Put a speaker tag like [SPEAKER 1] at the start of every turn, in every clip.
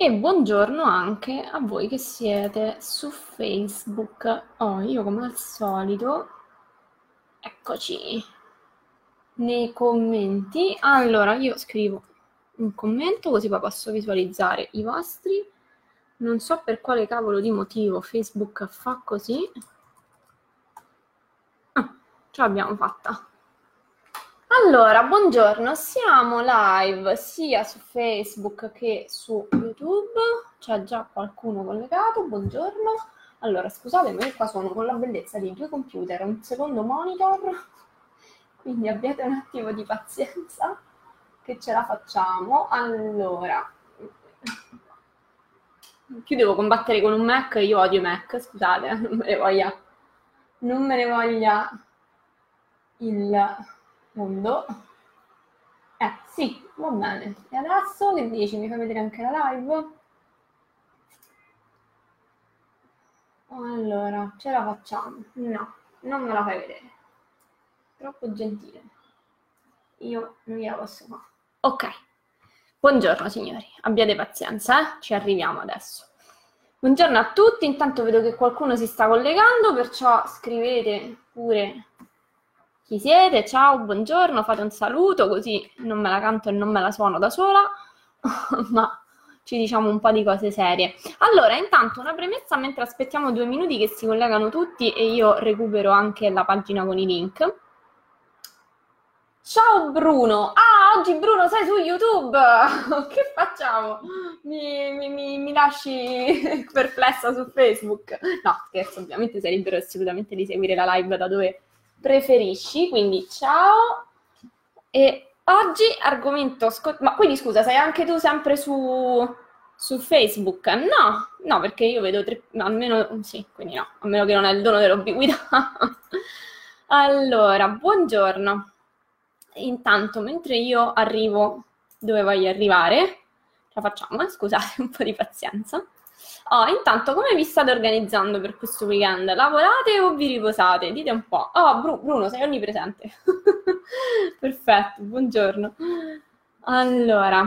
[SPEAKER 1] E buongiorno anche a voi che siete su Facebook. Oh, io come al solito, eccoci nei commenti. Allora, io scrivo un commento così poi posso visualizzare i vostri. Non so per quale cavolo di motivo Facebook fa così. Ah, ce l'abbiamo fatta. Allora, buongiorno, siamo live sia su Facebook che su YouTube. C'è già qualcuno collegato, buongiorno. Allora, scusate, ma io qua sono con la bellezza di due computer, un secondo monitor, quindi abbiate un attimo di pazienza che ce la facciamo. Allora, più devo combattere con un Mac, io odio i Mac, scusate, non me ne voglia il mondo. Sì, va bene. E adesso che dici? Mi fai vedere anche la live? Allora, ce la facciamo? No, non me la fai vedere. Troppo gentile. Io non gliela posso fare. Ok. Buongiorno signori, abbiate pazienza, ci arriviamo adesso. Buongiorno a tutti, intanto vedo che qualcuno si sta collegando, perciò scrivete pure chi siete, ciao, buongiorno, fate un saluto, così non me la canto e non me la suono da sola, ma ci diciamo un po' di cose serie. Allora, intanto una premessa mentre aspettiamo 2 minuti che si collegano tutti e io recupero anche la pagina con i link. Ciao Bruno! Ah, oggi Bruno sei su YouTube! Che facciamo? Mi lasci perplessa su Facebook? No, scherzo, ovviamente sei libero assolutamente di seguire la live da dove preferisci, quindi ciao! E oggi argomento... Ma quindi scusa, sei anche tu sempre su Facebook? No, perché io vedo almeno... Sì, quindi no, a meno che non hai il dono dell'ubiquità. Allora, buongiorno. Intanto, mentre io arrivo dove voglio arrivare, la facciamo, scusate, un po' di pazienza. Oh, intanto, come vi state organizzando per questo weekend? Lavorate o vi riposate? Dite un po'. Oh, Bruno, sei onnipresente. Perfetto, buongiorno. Allora,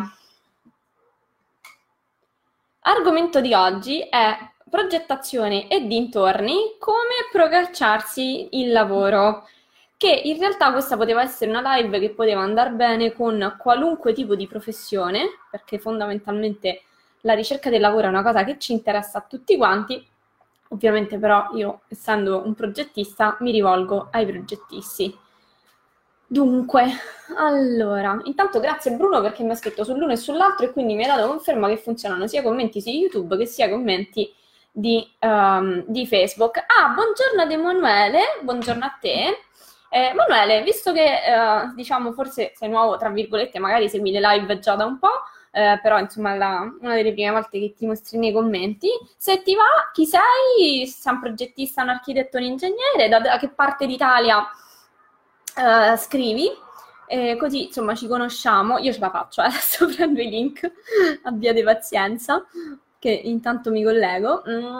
[SPEAKER 1] argomento di oggi è progettazione e dintorni, come procacciarsi il lavoro. Che in realtà questa poteva essere una live che poteva andare bene con qualunque tipo di professione, perché fondamentalmente la ricerca del lavoro è una cosa che ci interessa a tutti quanti. Ovviamente però io, essendo un progettista, mi rivolgo ai progettisti. Dunque, allora, intanto grazie Bruno perché mi ha scritto sull'uno e sull'altro e quindi mi ha dato conferma che funzionano sia commenti su YouTube che sia commenti di Facebook. Ah, buongiorno ad Emanuele, buongiorno a te. Emanuele, visto che diciamo forse sei nuovo, tra virgolette, magari segui le live già da un po', però insomma è una delle prime volte che ti mostri nei commenti, se ti va, chi sei? Sei un progettista, un architetto, un ingegnere? Da che parte d'Italia scrivi? Così insomma ci conosciamo. Io ce la faccio, adesso prendo i link, abbiate pazienza, che intanto mi collego.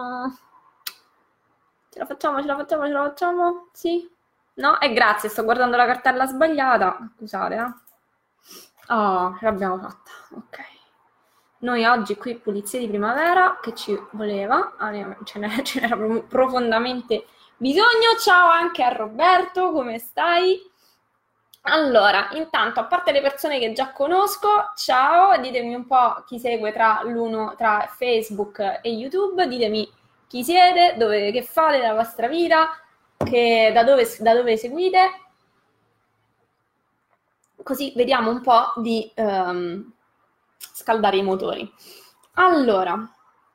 [SPEAKER 1] Ce la facciamo, ce la facciamo, ce la facciamo? Sì? No? Grazie, sto guardando la cartella sbagliata. Scusate, Oh, ce l'abbiamo fatta. Ok. Noi oggi qui pulizia di primavera, che ci voleva, ce n'era profondamente bisogno. Ciao anche a Roberto, come stai? Allora, intanto, a parte le persone che già conosco, ciao, ditemi un po' chi segue tra Facebook e YouTube, ditemi chi siete, che fate della vostra vita, da dove seguite, così vediamo un po' di scaldare i motori. Allora,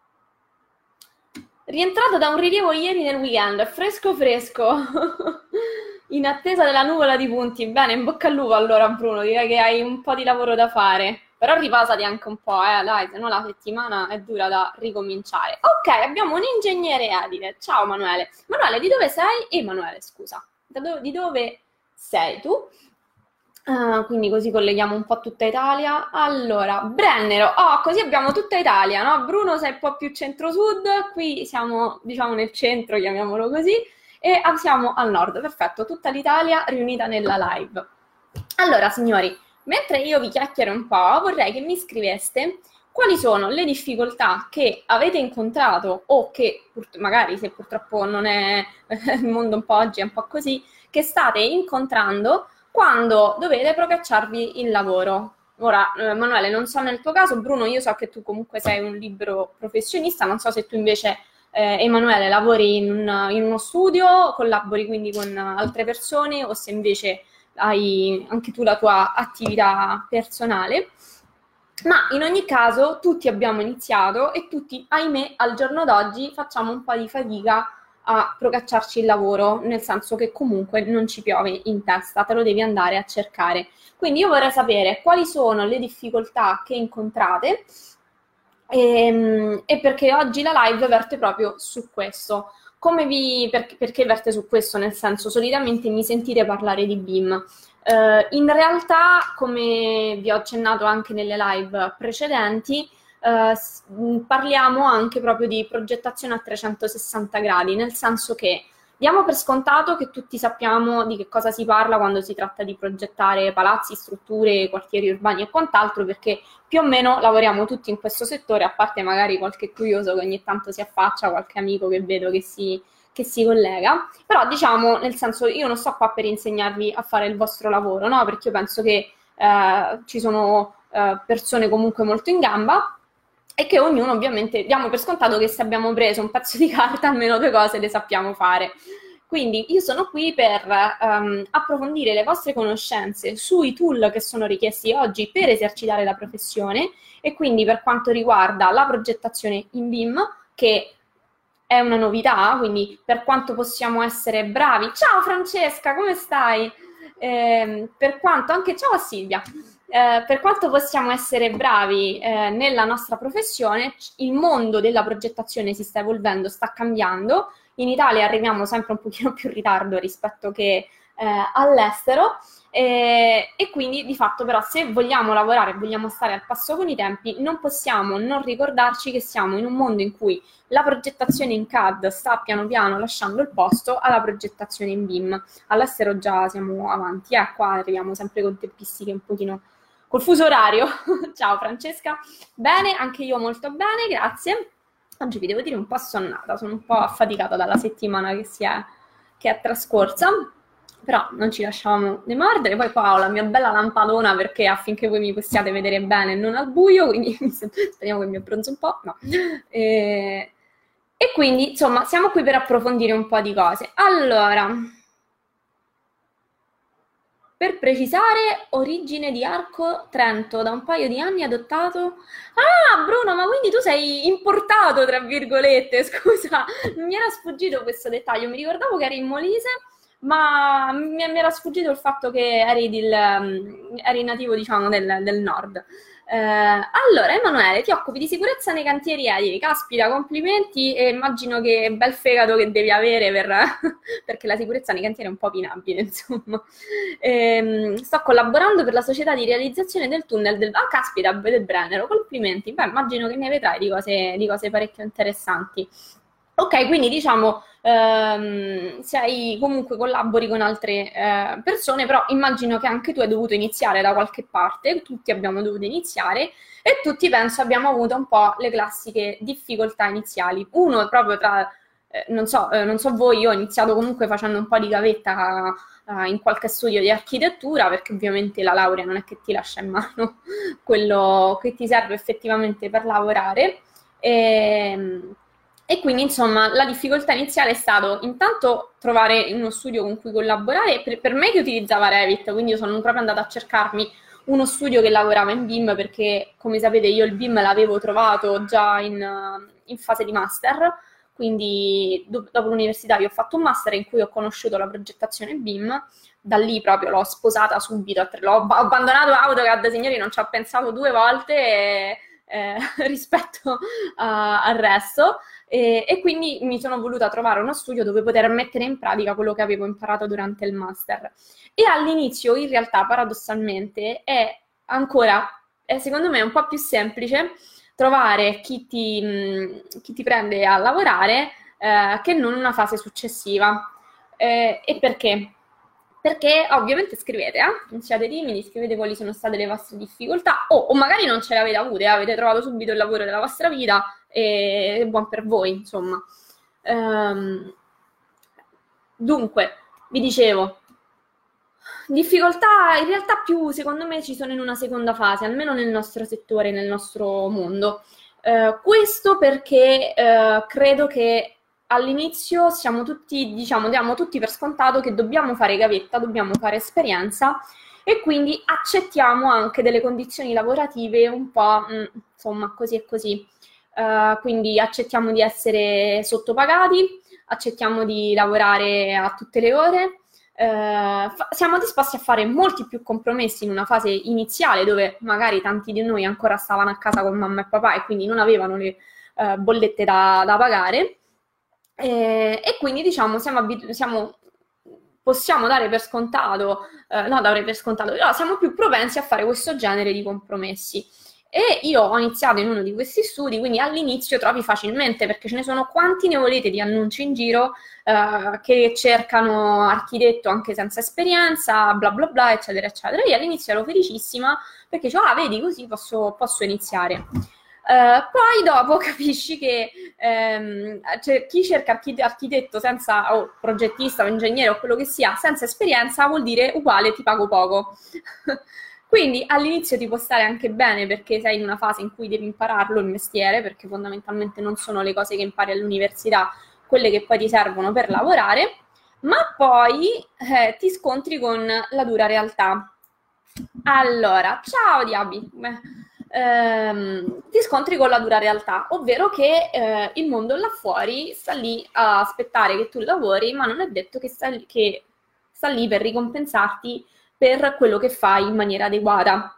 [SPEAKER 1] rientrato da un rilievo ieri nel weekend, fresco fresco, in attesa della nuvola di punti. Bene, in bocca al lupo allora Bruno, direi che hai un po' di lavoro da fare. Però riposati anche un po', dai, se no la settimana è dura da ricominciare. Ok, abbiamo un ingegnere edile. Ciao Emanuele. Emanuele, di dove sei? Emanuele, scusa. Di dove sei tu? Quindi così colleghiamo un po' tutta Italia. Allora, Brennero, così abbiamo tutta Italia, no? Bruno sei un po' più centro-sud, qui siamo, diciamo, nel centro, chiamiamolo così, e siamo al nord, perfetto, tutta l'Italia riunita nella live. Allora, signori, mentre io vi chiacchiero un po', vorrei che mi scriveste quali sono le difficoltà che avete incontrato o che magari, se purtroppo non è il mondo un po' oggi è un po' così, che state incontrando quando dovete procacciarvi il lavoro. Ora, Emanuele, non so nel tuo caso, Bruno, io so che tu comunque sei un libero professionista, non so se tu invece, Emanuele, lavori in uno studio, collabori quindi con altre persone o se invece hai anche tu la tua attività personale. Ma in ogni caso tutti abbiamo iniziato e tutti, ahimè, al giorno d'oggi facciamo un po' di fatica a procacciarci il lavoro, nel senso che comunque non ci piove in testa, te lo devi andare a cercare. Quindi io vorrei sapere quali sono le difficoltà che incontrate e perché oggi la live verte proprio su questo. Perché verte su questo? Nel senso, solitamente mi sentite parlare di BIM. In realtà, come vi ho accennato anche nelle live precedenti, parliamo anche proprio di progettazione a 360 gradi, nel senso che diamo per scontato che tutti sappiamo di che cosa si parla quando si tratta di progettare palazzi, strutture, quartieri urbani e quant'altro, perché più o meno lavoriamo tutti in questo settore, a parte magari qualche curioso che ogni tanto si affaccia, qualche amico che vedo che si collega. Però diciamo, nel senso, io non sto qua per insegnarvi a fare il vostro lavoro, no? Perché io penso che ci sono persone comunque molto in gamba e che ognuno ovviamente diamo per scontato che se abbiamo preso un pezzo di carta almeno due cose le sappiamo fare. Quindi io sono qui per approfondire le vostre conoscenze sui tool che sono richiesti oggi per esercitare la professione e quindi per quanto riguarda la progettazione in BIM, che è una novità, quindi per quanto possiamo essere bravi. Ciao Francesca, come stai? Per quanto anche ciao a Silvia. Per quanto possiamo essere bravi nella nostra professione, il mondo della progettazione si sta evolvendo, sta cambiando. In Italia arriviamo sempre un pochino più in ritardo rispetto che all'estero e quindi di fatto però se vogliamo lavorare, vogliamo stare al passo con i tempi, non possiamo non ricordarci che siamo in un mondo in cui la progettazione in CAD sta piano piano lasciando il posto alla progettazione in BIM. All'estero già siamo avanti, qua arriviamo sempre con tempistiche un pochino col fuso orario. Ciao Francesca. Bene, anche io molto bene, grazie. Oggi vi devo dire un po' assonnata, sono un po' affaticata dalla settimana che è trascorsa, però non ci lasciamo demordere. Poi qua ho la mia bella lampadona perché affinché voi mi possiate vedere bene e non al buio, quindi speriamo che mi abbronzo un po', no. E quindi, insomma, siamo qui per approfondire un po' di cose. Allora, per precisare, origine di Arco Trento, da un paio di anni adottato. Ah, Bruno, ma quindi tu sei importato, tra virgolette, scusa, mi era sfuggito questo dettaglio, mi ricordavo che eri in Molise, ma mi era sfuggito il fatto che eri nativo, diciamo, del nord. Allora, Emanuele, ti occupi di sicurezza nei cantieri edili. Caspita, complimenti e immagino che bel fegato che devi avere perché la sicurezza nei cantieri è un po' pinabile, insomma. Sto collaborando per la società di realizzazione del tunnel del... Ah, caspita, del Brennero, complimenti. Beh, immagino che ne vedrai di cose parecchio interessanti. Ok, quindi diciamo, sei comunque collabori con altre persone, però immagino che anche tu hai dovuto iniziare da qualche parte, tutti abbiamo dovuto iniziare e tutti penso abbiamo avuto un po' le classiche difficoltà iniziali. Uno proprio tra, non so voi, io ho iniziato comunque facendo un po' di gavetta in qualche studio di architettura, perché ovviamente la laurea non è che ti lascia in mano quello che ti serve effettivamente per lavorare. E quindi, insomma, la difficoltà iniziale è stato intanto trovare uno studio con cui collaborare, per me che utilizzava Revit, quindi io sono proprio andata a cercarmi uno studio che lavorava in BIM, perché, come sapete, io il BIM l'avevo trovato già in fase di master, quindi dopo l'università io ho fatto un master in cui ho conosciuto la progettazione BIM, da lì proprio l'ho sposata subito, ho abbandonato AutoCAD, signori, non ci ho pensato due volte rispetto al resto. E quindi mi sono voluta trovare uno studio dove poter mettere in pratica quello che avevo imparato durante il master. E all'inizio, in realtà, paradossalmente, secondo me, un po' più semplice trovare chi ti prende a lavorare che non una fase successiva. E perché? Perché ovviamente scrivete, non siate timidi, scrivete quali sono state le vostre difficoltà, o magari non ce le avete avute, avete trovato subito il lavoro della vostra vita e buon per voi, insomma. Dunque, vi dicevo, difficoltà in realtà più, secondo me, ci sono in una seconda fase, almeno nel nostro settore, nel nostro mondo. Questo perché credo che all'inizio siamo tutti, diciamo, diamo tutti per scontato che dobbiamo fare gavetta, dobbiamo fare esperienza e quindi accettiamo anche delle condizioni lavorative un po', insomma, così e così. Quindi accettiamo di essere sottopagati, accettiamo di lavorare a tutte le ore. Siamo disposti a fare molti più compromessi in una fase iniziale dove magari tanti di noi ancora stavano a casa con mamma e papà e quindi non avevano le bollette da pagare e quindi diciamo possiamo dare per scontato, no, dare per scontato, però siamo più propensi a fare questo genere di compromessi. E io ho iniziato in uno di questi studi, quindi all'inizio trovi facilmente, perché ce ne sono quanti ne volete di annunci in giro che cercano architetto anche senza esperienza, bla bla bla, eccetera, eccetera. Io all'inizio ero felicissima perché dicevo, vedi, così posso iniziare. Poi dopo capisci che chi cerca architetto senza, o progettista o ingegnere o quello che sia, senza esperienza, vuol dire uguale ti pago poco. Quindi all'inizio ti può stare anche bene perché sei in una fase in cui devi impararlo il mestiere, perché fondamentalmente non sono le cose che impari all'università quelle che poi ti servono per lavorare, ma poi ti scontri con la dura realtà. Allora, ciao Diaby! Ti scontri con la dura realtà, ovvero che il mondo là fuori sta lì a aspettare che tu lavori, ma non è detto che sta lì per ricompensarti per quello che fai in maniera adeguata.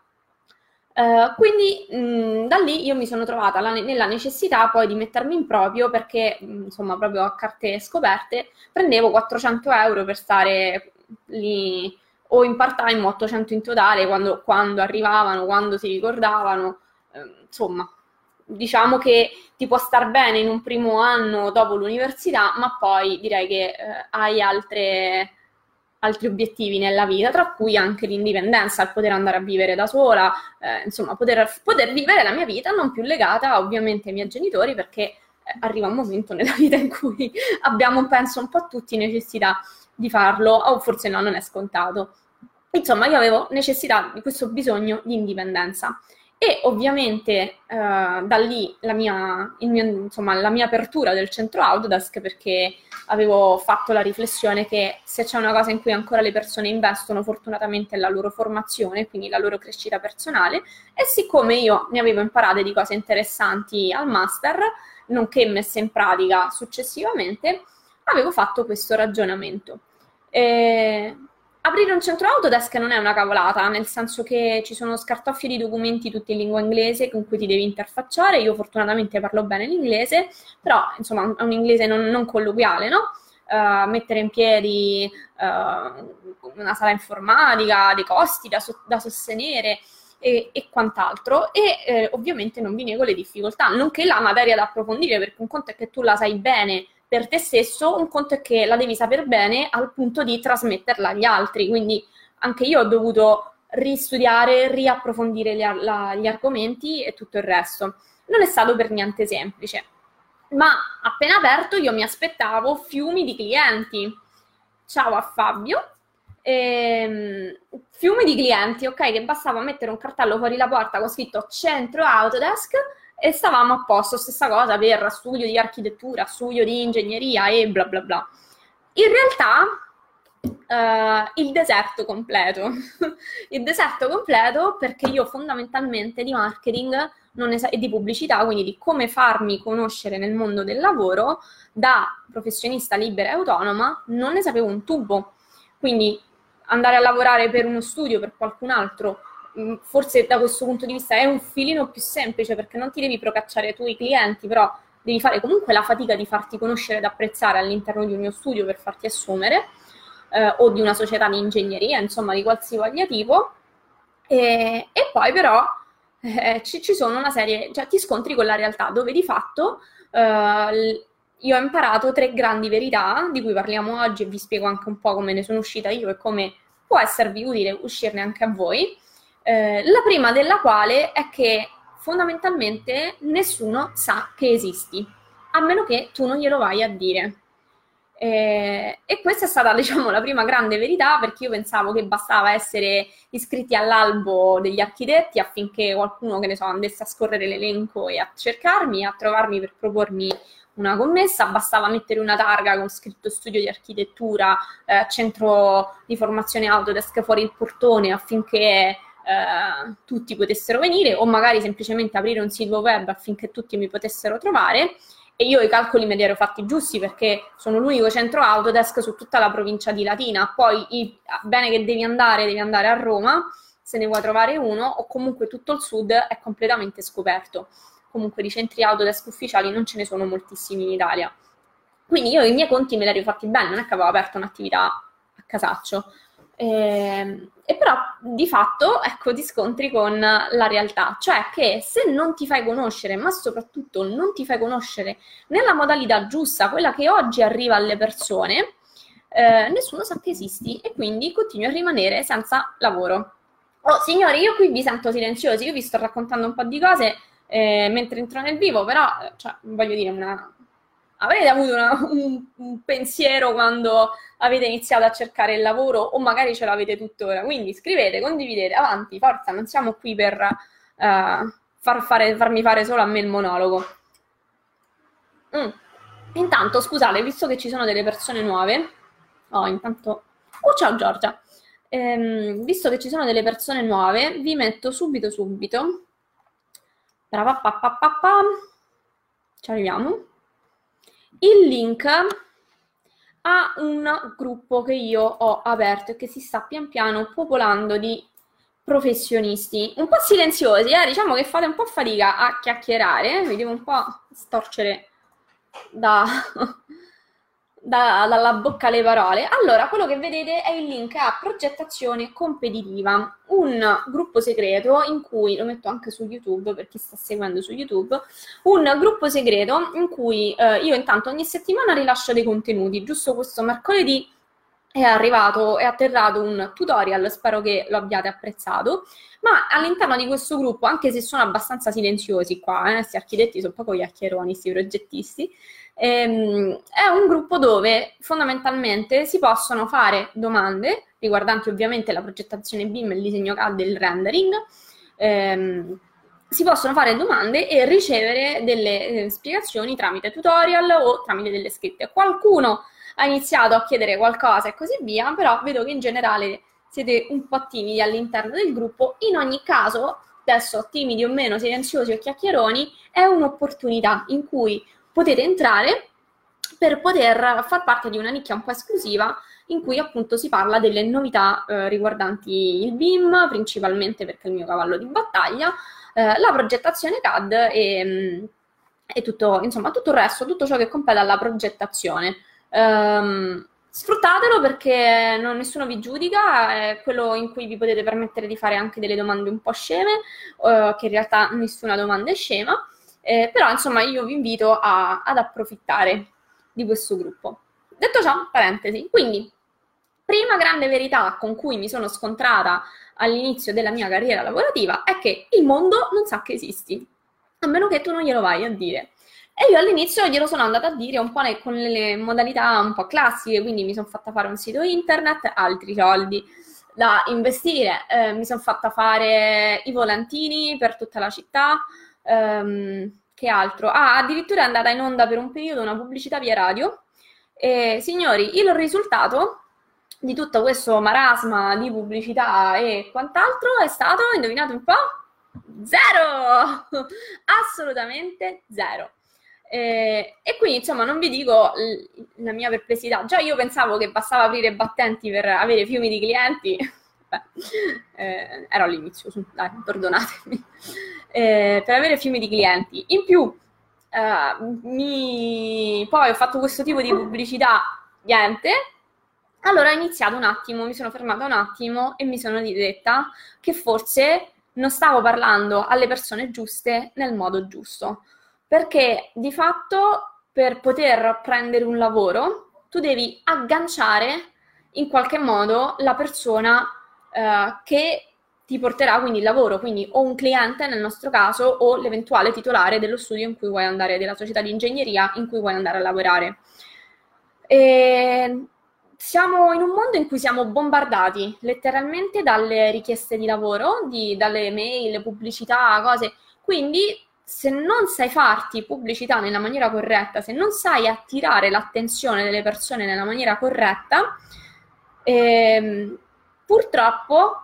[SPEAKER 1] Quindi da lì io mi sono trovata nella necessità poi di mettermi in proprio perché, insomma, proprio a carte scoperte, prendevo 400 euro per stare lì o in part-time o 800 in totale quando arrivavano, quando si ricordavano, insomma. Diciamo che ti può star bene in un primo anno dopo l'università, ma poi direi che hai altri obiettivi nella vita, tra cui anche l'indipendenza, il poter andare a vivere da sola, insomma, poter vivere la mia vita non più legata ovviamente ai miei genitori, perché arriva un momento nella vita in cui abbiamo, penso, un po' tutti necessità di farlo, o forse no, non è scontato. Insomma, io avevo necessità di questo bisogno di indipendenza. E ovviamente da lì la mia apertura del centro Autodesk, perché avevo fatto la riflessione che se c'è una cosa in cui ancora le persone investono fortunatamente è la loro formazione, quindi la loro crescita personale, e siccome io ne avevo imparate di cose interessanti al master, nonché messe in pratica successivamente, avevo fatto questo ragionamento. Aprire un centro Autodesk non è una cavolata, nel senso che ci sono scartoffie di documenti tutti in lingua inglese con cui ti devi interfacciare. Io fortunatamente parlo bene l'inglese, però insomma è un inglese non colloquiale, no? Mettere in piedi una sala informatica, dei costi da sostenere e quant'altro. E ovviamente non vi nego le difficoltà, nonché la materia da approfondire, perché un conto è che tu la sai bene per te stesso, un conto è che la devi saper bene al punto di trasmetterla agli altri, quindi anche io ho dovuto ristudiare, riapprofondire gli argomenti e tutto il resto. Non è stato per niente semplice, ma appena aperto io mi aspettavo fiumi di clienti. Ciao a Fabio. Fiumi di clienti, ok, che bastava mettere un cartello fuori la porta con scritto Centro Autodesk e stavamo a posto. Stessa cosa per studio di architettura, studio di ingegneria e bla bla bla. In realtà il deserto completo. Il deserto completo perché io fondamentalmente di marketing e di pubblicità, quindi di come farmi conoscere nel mondo del lavoro da professionista libera e autonoma, non ne sapevo un tubo. Quindi andare a lavorare per uno studio, per qualcun altro, forse da questo punto di vista è un filino più semplice perché non ti devi procacciare tu i clienti, però devi fare comunque la fatica di farti conoscere ed apprezzare all'interno di un mio studio per farti assumere, o di una società di ingegneria, insomma di qualsivoglia tipo, e poi però ci sono una serie, cioè ti scontri con la realtà dove di fatto io ho imparato 3 grandi verità di cui parliamo oggi e vi spiego anche un po' come ne sono uscita io e come può esservi utile uscirne anche a voi. La prima della quale è che fondamentalmente nessuno sa che esisti, a meno che tu non glielo vai a dire. E questa è stata, diciamo, la prima grande verità, perché io pensavo che bastava essere iscritti all'albo degli architetti affinché qualcuno, che ne so, andasse a scorrere l'elenco e a cercarmi, a trovarmi per propormi una commessa, bastava mettere una targa con scritto studio di architettura, centro di formazione Autodesk fuori il portone affinché tutti potessero venire, o magari semplicemente aprire un sito web affinché tutti mi potessero trovare. E io i calcoli me li ero fatti giusti perché sono l'unico centro Autodesk su tutta la provincia di Latina. Poi, bene che devi andare a Roma, se ne vuoi trovare uno, o comunque tutto il sud è completamente scoperto. Comunque di centri Autodesk ufficiali non ce ne sono moltissimi in Italia. Quindi io i miei conti me li ero fatti bene, non è che avevo aperto un'attività a casaccio. E però di fatto, ecco, ti scontri con la realtà, cioè che se non ti fai conoscere, ma soprattutto non ti fai conoscere nella modalità giusta, quella che oggi arriva alle persone, nessuno sa che esisti e quindi continui a rimanere senza lavoro. Oh, signori, io qui vi sento silenziosi, io vi sto raccontando un po' di cose mentre entro nel vivo, però, cioè, voglio dire, avrete avuto un pensiero quando avete iniziato a cercare il lavoro o magari ce l'avete tuttora, quindi scrivete, condividete, avanti, forza, non siamo qui per farmi fare solo a me il monologo. Intanto, scusate, visto che ci sono delle persone nuove, intanto... Oh, ciao Giorgia! Visto che ci sono delle persone nuove, vi metto subito. Ci arriviamo. Il link a un gruppo che io ho aperto e che si sta pian piano popolando di professionisti un po' silenziosi, diciamo che fate un po' fatica a chiacchierare, vi devo un po' storcere dalla bocca le parole. Allora, quello che vedete è il link a Progettazione Competitiva, un gruppo segreto in cui, lo metto anche su YouTube per chi sta seguendo su YouTube, un gruppo segreto in cui io intanto ogni settimana rilascio dei contenuti. Giusto questo mercoledì è atterrato un tutorial, spero che lo abbiate apprezzato, ma all'interno di questo gruppo, anche se sono abbastanza silenziosi qua, questi architetti sono poco chiacchieroni, questi progettisti, è un gruppo dove fondamentalmente si possono fare domande riguardanti ovviamente la progettazione BIM, il disegno CAD e il rendering, si possono fare domande e ricevere delle spiegazioni tramite tutorial o tramite delle scritte. Qualcuno ha iniziato a chiedere qualcosa e così via, però vedo che in generale siete un po' timidi all'interno del gruppo. In ogni caso, adesso timidi o meno, silenziosi o chiacchieroni, è un'opportunità in cui potete entrare per poter far parte di una nicchia un po' esclusiva in cui appunto si parla delle novità riguardanti il BIM, principalmente perché è il mio cavallo di battaglia, la progettazione CAD e tutto, insomma, tutto il resto, tutto ciò che compete alla progettazione. Sfruttatelo perché nessuno vi giudica, è quello in cui vi potete permettere di fare anche delle domande un po' sceme, che in realtà nessuna domanda è scema, però insomma io vi invito ad approfittare di questo gruppo. Detto ciò, parentesi, quindi prima grande verità con cui mi sono scontrata all'inizio della mia carriera lavorativa è che il mondo non sa che esisti, a meno che tu non glielo vai a dire. E io all'inizio glielo sono andata a dire un po' con le modalità un po' classiche, quindi mi sono fatta fare un sito internet, altri soldi da investire, mi sono fatta fare i volantini per tutta la città, che altro? Addirittura è andata in onda per un periodo una pubblicità via radio. E, signori, il risultato di tutto questo marasma di pubblicità e quant'altro è stato, indovinate un po'? Zero! Assolutamente zero. E quindi insomma non vi dico la mia perplessità, già io pensavo che bastava aprire battenti per avere fiumi di clienti. Beh, ero all'inizio, dai, perdonatemi, per avere fiumi di clienti. In più poi ho fatto questo tipo di pubblicità, niente. Allora ho iniziato un attimo, mi sono fermata un attimo e mi sono detta che forse non stavo parlando alle persone giuste nel modo giusto, perché di fatto per poter prendere un lavoro, tu devi agganciare in qualche modo la persona che ti porterà quindi il lavoro, quindi o un cliente nel nostro caso o l'eventuale titolare dello studio in cui vuoi andare, della società di ingegneria in cui vuoi andare a lavorare. E siamo in un mondo in cui siamo bombardati letteralmente dalle richieste di lavoro, dalle mail, pubblicità, cose. Quindi se non sai farti pubblicità nella maniera corretta, se non sai attirare l'attenzione delle persone nella maniera corretta, purtroppo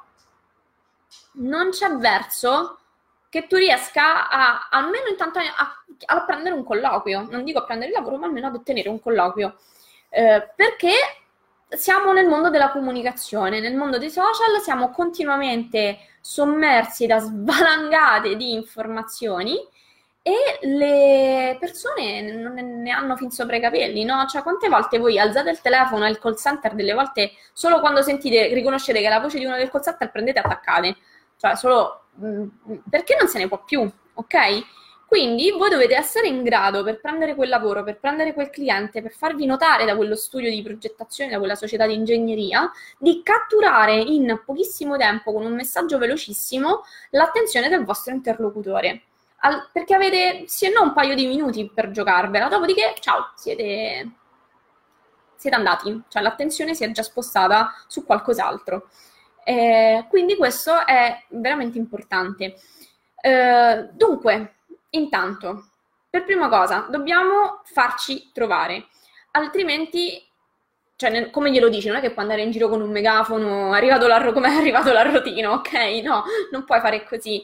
[SPEAKER 1] non c'è verso che tu riesca almeno intanto a prendere un colloquio. Non dico a prendere il lavoro, ma almeno ad ottenere un colloquio. Perché siamo nel mondo della comunicazione, nel mondo dei social, siamo continuamente sommersi da svalangate di informazioni e le persone non ne hanno fin sopra i capelli, no? Cioè, quante volte voi alzate il telefono al call center, delle volte solo quando riconoscete che è la voce di uno del call center, prendete e attaccate. Cioè, solo perché non se ne può più, ok? Quindi voi dovete essere in grado, per prendere quel lavoro, per prendere quel cliente, per farvi notare da quello studio di progettazione, da quella società di ingegneria, di catturare in pochissimo tempo, con un messaggio velocissimo, l'attenzione del vostro interlocutore. Perché avete sì e no un paio di minuti per giocarvela, dopodiché ciao, siete andati, cioè l'attenzione si è già spostata su qualcos'altro. Quindi questo è veramente importante. Dunque, intanto, per prima cosa, dobbiamo farci trovare, altrimenti, cioè, come glielo dici, non è che puoi andare in giro con un megafono, come è arrivato l'arrotino, ok? No, non puoi fare così.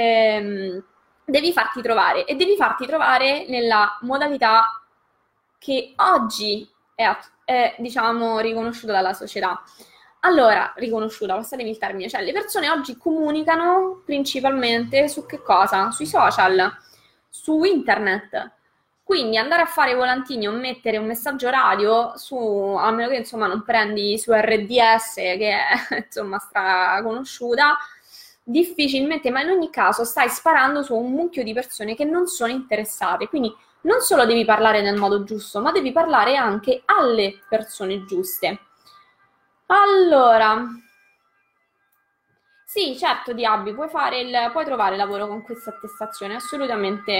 [SPEAKER 1] Devi farti trovare e devi farti trovare nella modalità che oggi è diciamo, riconosciuta dalla società. Allora, riconosciuta, passatemi il termine, cioè le persone oggi comunicano principalmente su che cosa? Sui social, su internet. Quindi andare a fare volantini o mettere un messaggio radio a meno che insomma non prendi su RDS, che è insomma straconosciuta, difficilmente, ma in ogni caso stai sparando su un mucchio di persone che non sono interessate. Quindi non solo devi parlare nel modo giusto, ma devi parlare anche alle persone giuste. Allora, sì, certo, Diaby, puoi trovare lavoro con questa attestazione, assolutamente.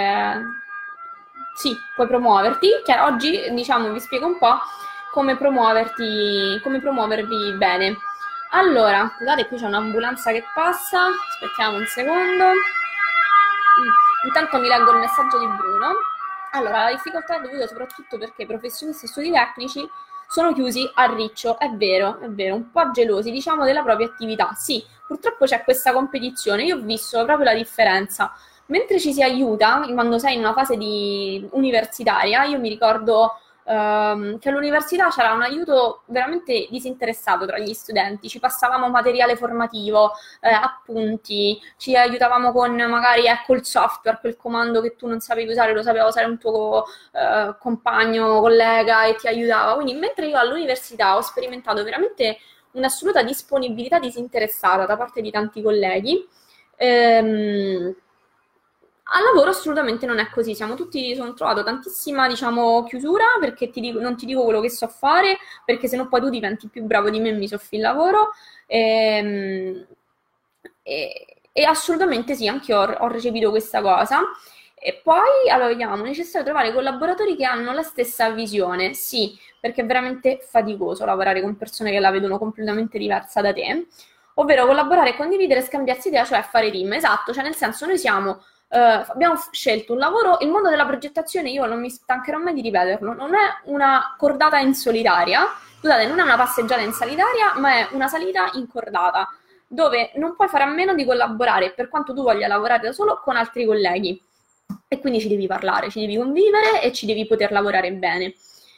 [SPEAKER 1] Sì, puoi promuoverti. Oggi, diciamo, vi spiego un po' come promuovervi bene. Allora, scusate, qui c'è un'ambulanza che passa, aspettiamo un secondo. Intanto mi leggo il messaggio di Bruno. Allora, la difficoltà è dovuta soprattutto perché i professionisti e studi tecnici sono chiusi a riccio, è vero, un po' gelosi, diciamo, della propria attività. Sì, purtroppo c'è questa competizione, io ho visto proprio la differenza. Mentre ci si aiuta, quando sei in una fase universitaria, io mi ricordo che all'università c'era un aiuto veramente disinteressato tra gli studenti, ci passavamo materiale formativo, appunti, ci aiutavamo con magari ecco il software, quel comando che tu non sapevi usare, lo sapeva usare un tuo compagno, collega e ti aiutava. Quindi mentre io all'università ho sperimentato veramente un'assoluta disponibilità disinteressata da parte di tanti colleghi, al lavoro assolutamente non è così, sono trovato tantissima, diciamo, chiusura, perché non ti dico quello che so fare, perché sennò poi tu diventi più bravo di me e mi soffi il lavoro, e assolutamente sì, anche io ho recepito questa cosa. E poi, allora, vediamo, è necessario trovare collaboratori che hanno la stessa visione, sì, perché è veramente faticoso lavorare con persone che la vedono completamente diversa da te, ovvero collaborare, condividere, scambiarsi idea, cioè fare team, esatto, cioè nel senso noi abbiamo scelto un lavoro, il mondo della progettazione, io non mi stancherò mai di ripeterlo, non è una cordata in solitaria, scusate, non è una passeggiata in solitaria, ma è una salita in cordata, dove non puoi fare a meno di collaborare, per quanto tu voglia lavorare da solo, con altri colleghi. E quindi ci devi parlare, ci devi convivere e ci devi poter lavorare bene.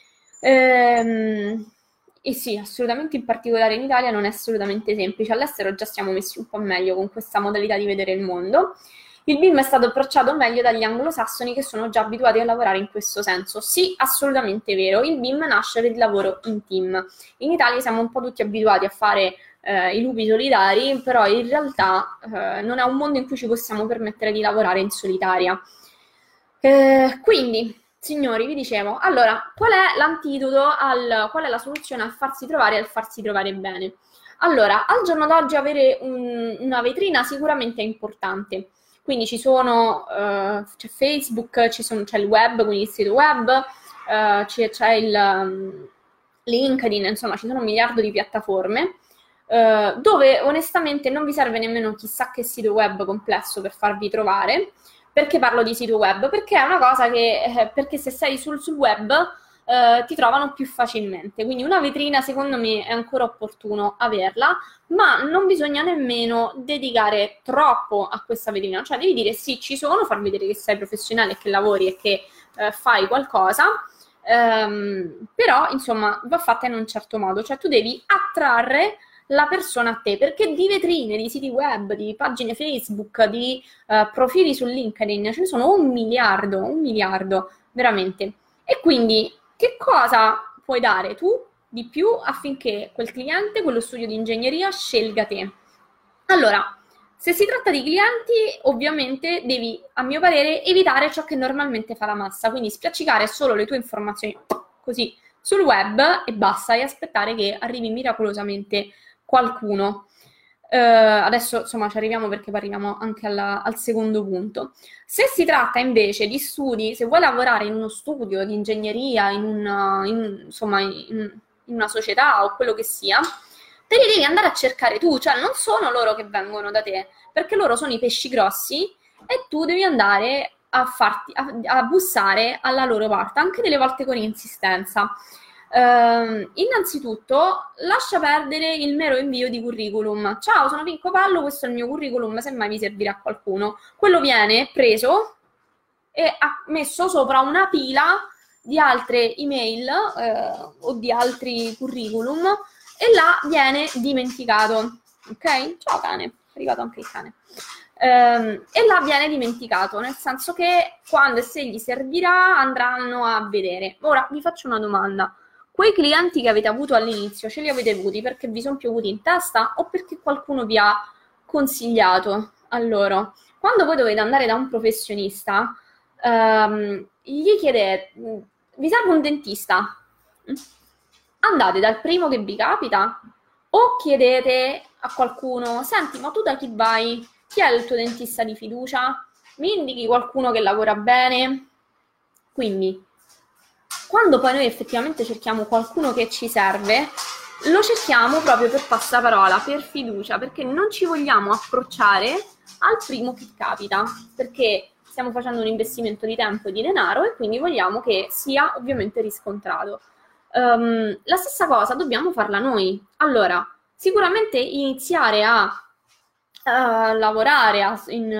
[SPEAKER 1] E sì, assolutamente, in particolare in Italia non è assolutamente semplice, all'estero già siamo messi un po' meglio con questa modalità di vedere il mondo. Il BIM è stato approcciato meglio dagli anglosassoni che sono già abituati a lavorare in questo senso. Sì, assolutamente vero, il BIM nasce per il lavoro in team. In Italia siamo un po' tutti abituati a fare i lupi solitari, però in realtà non è un mondo in cui ci possiamo permettere di lavorare in solitaria. Quindi, signori, vi dicevo, allora, qual è l'antidoto, qual è la soluzione al farsi trovare e al farsi trovare bene? Allora, al giorno d'oggi avere una vetrina sicuramente è importante. Quindi c'è Facebook, c'è il web, quindi il sito web, c'è LinkedIn, insomma, ci sono un miliardo di piattaforme, dove onestamente non vi serve nemmeno chissà che sito web complesso per farvi trovare. Perché parlo di sito web? Perché è una cosa perché se sei sul web ti trovano più facilmente. Quindi una vetrina secondo me è ancora opportuno averla, ma non bisogna nemmeno dedicare troppo a questa vetrina. Cioè devi dire sì, ci sono, far vedere che sei professionale, che lavori e che fai qualcosa, però insomma va fatta in un certo modo. Cioè tu devi attrarre la persona a te, perché di vetrine, di siti web, di pagine Facebook, di profili su LinkedIn, ce ne sono un miliardo, veramente. E quindi che cosa puoi dare tu di più affinché quel cliente, quello studio di ingegneria, scelga te? Allora, se si tratta di clienti, ovviamente devi, a mio parere, evitare ciò che normalmente fa la massa, quindi spiaccicare solo le tue informazioni così sul web e basta, e aspettare che arrivi miracolosamente qualcuno. Adesso insomma ci arriviamo perché poi arriviamo anche al secondo punto. Se si tratta invece di studi, se vuoi lavorare in uno studio di ingegneria, insomma, in una società o quello che sia, te li devi andare a cercare tu, cioè non sono loro che vengono da te, perché loro sono i pesci grossi e tu devi andare a bussare alla loro porta, anche delle volte con insistenza. Innanzitutto lascia perdere il mero invio di curriculum. Ciao, sono Pinco Pallo, questo è il mio curriculum, se mai vi servirà a qualcuno. Quello viene preso e messo sopra una pila di altre email o di altri curriculum e là viene dimenticato. Ok? Ciao cane, è arrivato anche il cane. E là viene dimenticato, nel senso che quando e se gli servirà andranno a vedere. Ora vi faccio una domanda. Quei clienti che avete avuto all'inizio, ce li avete avuti perché vi sono piovuti in testa o perché qualcuno vi ha consigliato a loro? Quando voi dovete andare da un professionista, gli chiedete, vi serve un dentista? Andate dal primo che vi capita o chiedete a qualcuno, senti, ma tu da chi vai? Chi è il tuo dentista di fiducia? Mi indichi qualcuno che lavora bene? Quindi, quando poi noi effettivamente cerchiamo qualcuno che ci serve, lo cerchiamo proprio per passaparola, per fiducia, perché non ci vogliamo approcciare al primo che capita, perché stiamo facendo un investimento di tempo e di denaro e quindi vogliamo che sia ovviamente riscontrato. La stessa cosa dobbiamo farla noi. Allora, sicuramente iniziare a lavorare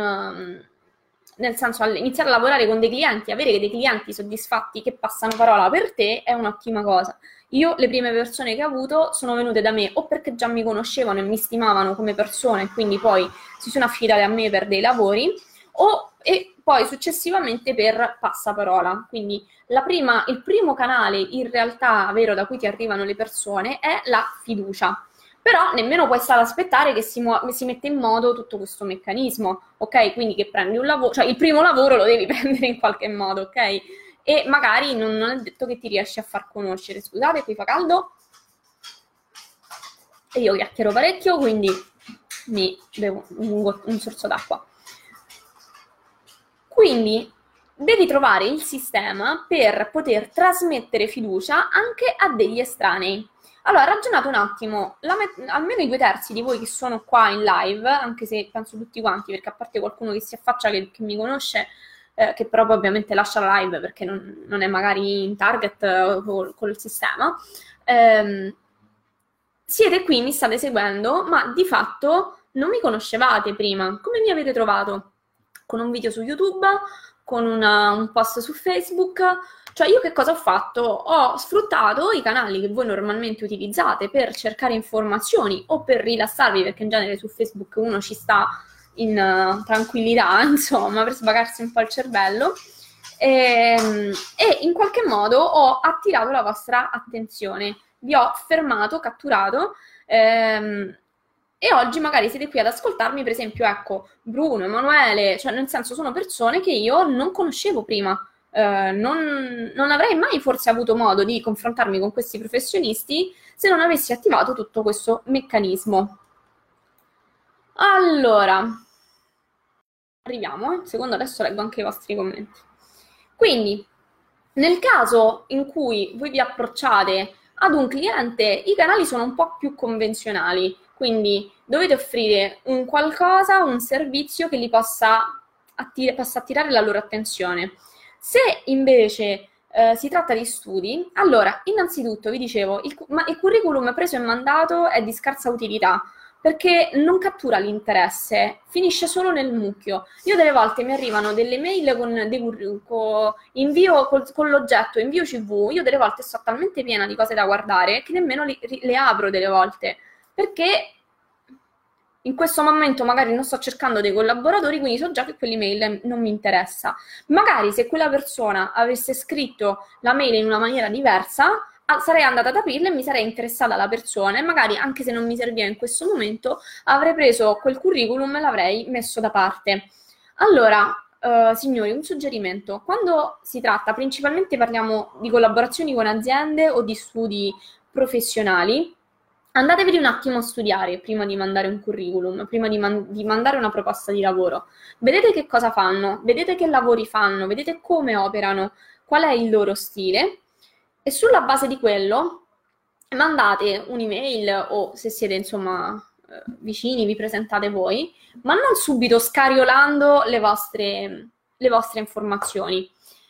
[SPEAKER 1] nel senso iniziare a lavorare con dei clienti, avere dei clienti soddisfatti che passano parola per te è un'ottima cosa. Io le prime persone che ho avuto sono venute da me o perché già mi conoscevano e mi stimavano come persona e quindi poi si sono affidate a me per dei lavori e poi successivamente per passaparola. Quindi il primo canale in realtà vero da cui ti arrivano le persone è la fiducia. Però nemmeno puoi stare ad aspettare che si metta in modo tutto questo meccanismo, ok? Quindi che prendi un lavoro, cioè il primo lavoro lo devi prendere in qualche modo, ok? E magari non è detto che ti riesci a far conoscere. Scusate, qui fa caldo e io chiacchiero parecchio, quindi mi bevo un sorso d'acqua. Quindi devi trovare il sistema per poter trasmettere fiducia anche a degli estranei. Allora, ragionate un attimo, almeno i 2/3 di voi che sono qua in live, anche se penso tutti quanti, perché a parte qualcuno che si affaccia che mi conosce, che però poi ovviamente lascia la live perché non è magari in target col sistema, siete qui, mi state seguendo, ma di fatto non mi conoscevate prima. Come mi avete trovato? Con un video su YouTube, con un post su Facebook. Cioè io che cosa ho fatto? Ho sfruttato i canali che voi normalmente utilizzate per cercare informazioni o per rilassarvi, perché in genere su Facebook uno ci sta in tranquillità, insomma, per svagarsi un po' il cervello. E in qualche modo ho attirato la vostra attenzione, vi ho fermato, catturato, e oggi magari siete qui ad ascoltarmi, per esempio, ecco, Bruno, Emanuele, cioè nel senso sono persone che io non conoscevo prima, non avrei mai forse avuto modo di confrontarmi con questi professionisti se non avessi attivato tutto questo meccanismo. Allora, arriviamo, secondo adesso leggo anche i vostri commenti. Quindi, nel caso in cui voi vi approcciate ad un cliente, i canali sono un po' più convenzionali, quindi dovete offrire un qualcosa, un servizio che li possa attirare la loro attenzione. Se invece si tratta di studi, allora, innanzitutto vi dicevo, il curriculum preso e mandato è di scarsa utilità, perché non cattura l'interesse, finisce solo nel mucchio. Io delle volte mi arrivano delle mail con l'oggetto invio CV, io delle volte sto talmente piena di cose da guardare che nemmeno le apro delle volte, perché in questo momento magari non sto cercando dei collaboratori, quindi so già che quell'email non mi interessa. Magari se quella persona avesse scritto la mail in una maniera diversa, sarei andata ad aprirla e mi sarei interessata alla persona e magari anche se non mi serviva in questo momento avrei preso quel curriculum e l'avrei messo da parte. Allora, signori, un suggerimento. Quando si tratta, principalmente parliamo di collaborazioni con aziende o di studi professionali, andatevi un attimo a studiare prima di mandare un curriculum, prima di mandare una proposta di lavoro. Vedete che cosa fanno, vedete che lavori fanno, vedete come operano, qual è il loro stile e sulla base di quello mandate un'email o se siete insomma vicini vi presentate voi, ma non subito scariolando le vostre informazioni.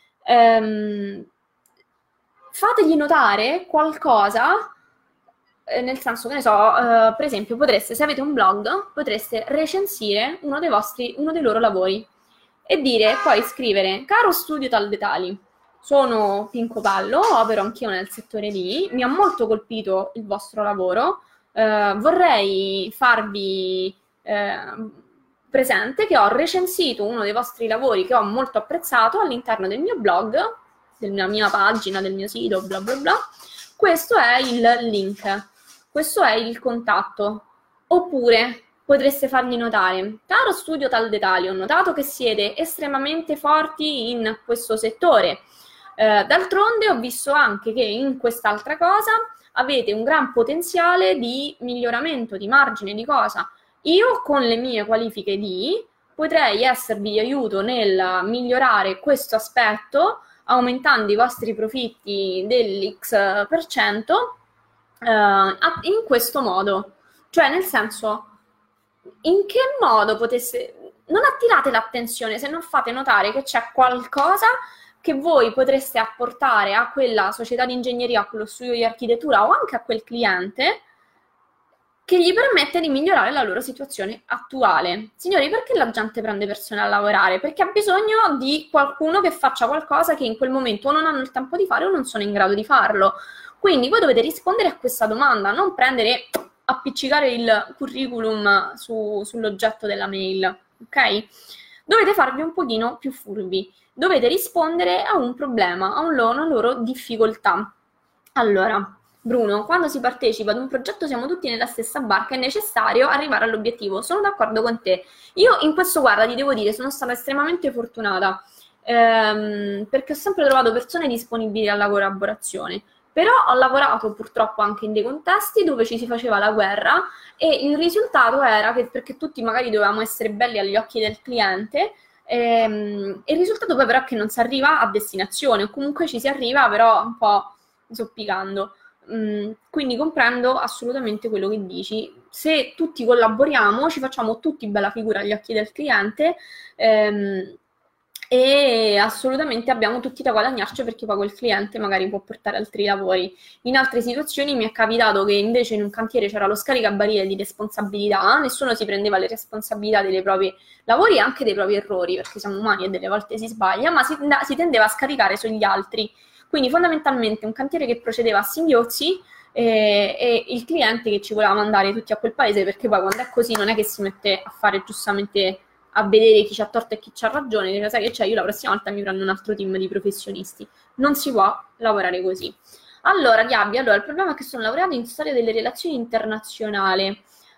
[SPEAKER 1] Fategli notare qualcosa, nel senso che ne so, per esempio potreste, se avete un blog, potreste recensire uno dei loro lavori e dire, poi scrivere, caro studio tal dei tali, sono Pinco Pallo, opero anch'io nel settore di, mi ha molto colpito il vostro lavoro, vorrei farvi presente che ho recensito uno dei vostri lavori che ho molto apprezzato all'interno del mio blog, della mia pagina, del mio sito, bla bla bla. Questo è il link, questo è il contatto. Oppure potreste fargli notare, caro studio tal dettaglio, ho notato che siete estremamente forti in questo settore. D'altronde ho visto anche che in quest'altra cosa avete un gran potenziale di miglioramento, di margine, di cosa. Io con le mie qualifiche potrei esservi di aiuto nel migliorare questo aspetto, aumentando i vostri profitti dell'X%, in questo modo. Cioè, nel senso, in che modo potesse... Non attirate l'attenzione se non fate notare che c'è qualcosa che voi potreste apportare a quella società di ingegneria, a quello studio di architettura o anche a quel cliente che gli permette di migliorare la loro situazione attuale. Signori, perché la gente prende persone a lavorare? Perché ha bisogno di qualcuno che faccia qualcosa che in quel momento o non hanno il tempo di fare o non sono in grado di farlo. Quindi voi dovete rispondere a questa domanda, non prendere, appiccicare il curriculum sull'oggetto della mail, ok? Dovete farvi un pochino più furbi. Dovete rispondere a un problema, a una loro difficoltà. Allora, Bruno, quando si partecipa ad un progetto siamo tutti nella stessa barca, è necessario arrivare all'obiettivo. Sono d'accordo con te. Io in questo, guarda, ti devo dire, sono stata estremamente fortunata, perché ho sempre trovato persone disponibili alla collaborazione. Però ho lavorato purtroppo anche in dei contesti dove ci si faceva la guerra e il risultato era che, perché tutti magari dovevamo essere belli agli occhi del cliente, il risultato poi però è che non si arriva a destinazione, o comunque ci si arriva però un po' zoppicando. Quindi comprendo assolutamente quello che dici. Se tutti collaboriamo, ci facciamo tutti bella figura agli occhi del cliente, e assolutamente abbiamo tutti da guadagnarci perché poi quel cliente magari può portare altri lavori. In altre situazioni mi è capitato che invece in un cantiere c'era lo scaricabarile di responsabilità, nessuno si prendeva le responsabilità dei propri lavori e anche dei propri errori, perché siamo umani e delle volte si sbaglia, ma si tendeva a scaricare sugli altri. Quindi fondamentalmente un cantiere che procedeva a singhiozzi e il cliente che ci voleva mandare tutti a quel paese, perché poi quando è così non è che si mette a fare giustamente a vedere chi c'ha torto e chi c'ha ragione, dice, sai che c'è, io la prossima volta mi prendo un altro team di professionisti. Non si può lavorare così. Allora, Gabby, il problema è che sono laureata in storia delle relazioni internazionali.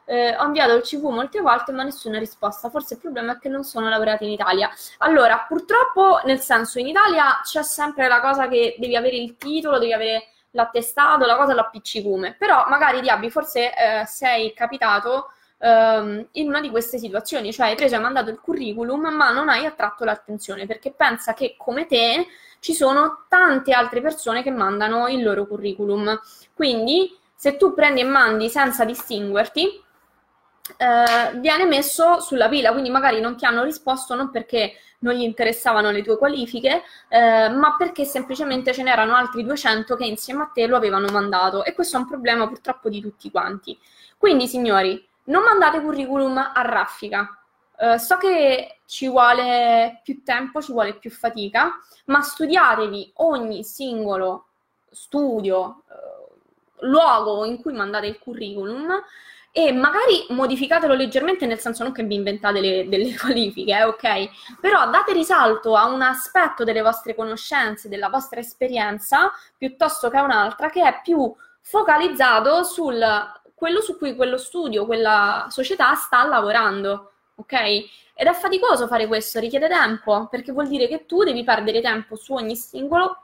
[SPEAKER 1] ho inviato il CV molte volte ma nessuna risposta, forse il problema è che non sono laureata in Italia. Allora, purtroppo, nel senso, in Italia c'è sempre la cosa che devi avere il titolo, devi avere l'attestato, la cosa l'appiccicume, però magari Diaby forse sei capitato in una di queste situazioni, cioè hai preso e hai mandato il curriculum ma non hai attratto l'attenzione perché pensa che come te ci sono tante altre persone che mandano il loro curriculum, quindi se tu prendi e mandi senza distinguerti viene messo sulla pila, quindi magari non ti hanno risposto non perché non gli interessavano le tue qualifiche, ma perché semplicemente ce n'erano altri 200 che insieme a te lo avevano mandato e questo è un problema purtroppo di tutti quanti. Quindi signori, non mandate curriculum a raffica. So che ci vuole più tempo, ci vuole più fatica, ma studiatevi ogni singolo studio, luogo in cui mandate il curriculum e magari modificatelo leggermente, nel senso non che vi inventate delle qualifiche, ok? Però date risalto a un aspetto delle vostre conoscenze, della vostra esperienza, piuttosto che a un'altra, che è più focalizzato sul quello su cui quello studio, quella società sta lavorando, ok? Ed è faticoso fare questo, richiede tempo, perché vuol dire che tu devi perdere tempo su ogni singolo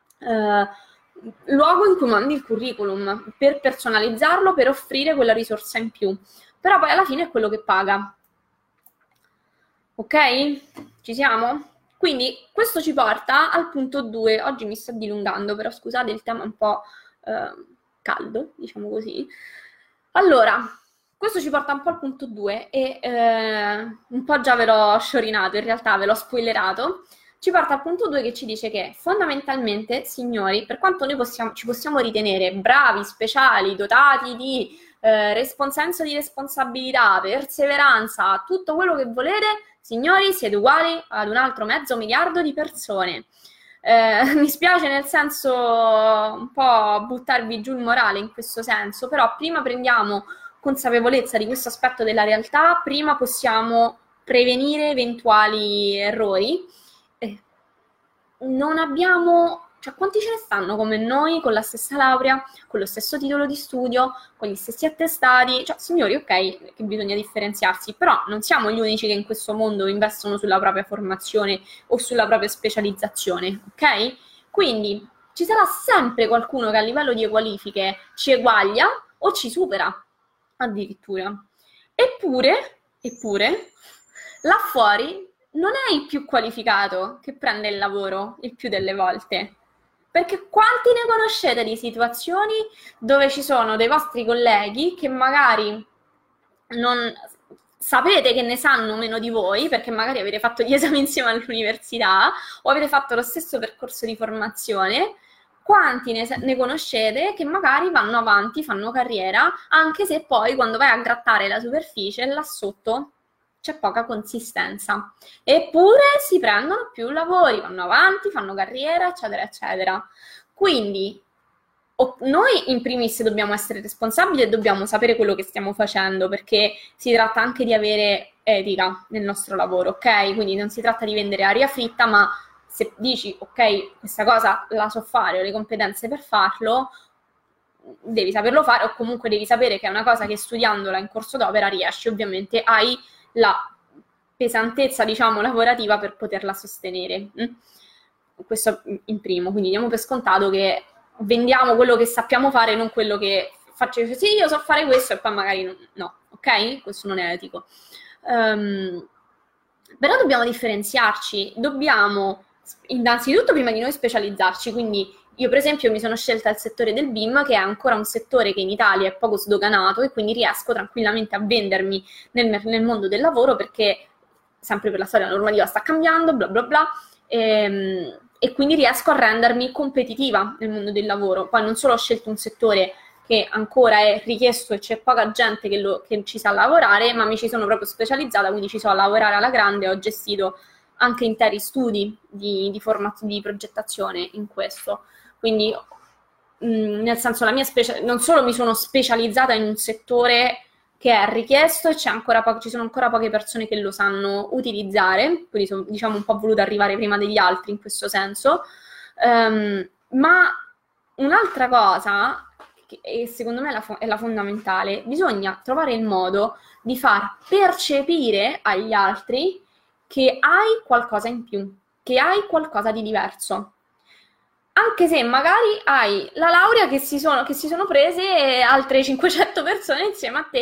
[SPEAKER 1] luogo in cui mandi il curriculum per personalizzarlo, per offrire quella risorsa in più. Però poi alla fine è quello che paga. Ok? Ci siamo? Quindi questo ci porta al punto 2. Oggi mi sto dilungando, però scusate, il tema è un po' caldo, diciamo così. Allora, questo ci porta un po' al punto 2 e un po' già ve l'ho sciorinato, in realtà ve l'ho spoilerato. Ci porta al punto 2 che ci dice che fondamentalmente, signori, per quanto noi ci possiamo ritenere bravi, speciali, dotati di senso di responsabilità, perseveranza, tutto quello che volete, signori, siete uguali ad un altro 500 miliardi di persone. Mi spiace nel senso un po' buttarvi giù il morale in questo senso, però prima prendiamo consapevolezza di questo aspetto della realtà, prima possiamo prevenire eventuali errori. Non abbiamo, cioè quanti ce ne stanno come noi con la stessa laurea, con lo stesso titolo di studio, con gli stessi attestati, cioè signori, ok, che bisogna differenziarsi, però non siamo gli unici che in questo mondo investono sulla propria formazione o sulla propria specializzazione, ok? Quindi ci sarà sempre qualcuno che a livello di qualifiche ci eguaglia o ci supera addirittura. Eppure, là fuori non è il più qualificato che prende il lavoro il più delle volte. Perché quanti ne conoscete di situazioni dove ci sono dei vostri colleghi che magari non sapete che ne sanno meno di voi, perché magari avete fatto gli esami insieme all'università o avete fatto lo stesso percorso di formazione, quanti ne conoscete che magari vanno avanti, fanno carriera, anche se poi quando vai a grattare la superficie, là sotto c'è poca consistenza. Eppure si prendono più lavori, vanno avanti, fanno carriera, eccetera, eccetera. Quindi noi in primis dobbiamo essere responsabili e dobbiamo sapere quello che stiamo facendo, perché si tratta anche di avere etica nel nostro lavoro, ok? Quindi non si tratta di vendere aria fritta, ma se dici, ok, questa cosa la so fare, ho le competenze per farlo, devi saperlo fare o comunque devi sapere che è una cosa che studiandola in corso d'opera riesci, ovviamente hai la pesantezza, diciamo, lavorativa per poterla sostenere. Questo in primo, quindi diamo per scontato che vendiamo quello che sappiamo fare, non quello che faccio, sì, io so fare questo e poi magari no, ok? Questo non è etico. Però dobbiamo differenziarci, dobbiamo innanzitutto prima di noi specializzarci, quindi io per esempio mi sono scelta il settore del BIM, che è ancora un settore che in Italia è poco sdoganato e quindi riesco tranquillamente a vendermi nel mondo del lavoro perché sempre per la storia normativa sta cambiando, bla bla bla, e quindi riesco a rendermi competitiva nel mondo del lavoro. Poi non solo ho scelto un settore che ancora è richiesto e c'è poca gente che ci sa lavorare, ma mi ci sono proprio specializzata, quindi ci so lavorare alla grande, ho gestito anche interi studi di progettazione in questo. Quindi, nel senso, non solo mi sono specializzata in un settore che è richiesto e ci sono ancora poche persone che lo sanno utilizzare, quindi sono, diciamo, un po' voluta arrivare prima degli altri in questo senso. Ma un'altra cosa e secondo me è la fondamentale, bisogna trovare il modo di far percepire agli altri che hai qualcosa in più, che hai qualcosa di diverso. Anche se magari hai la laurea che si sono prese altre 500 persone insieme a te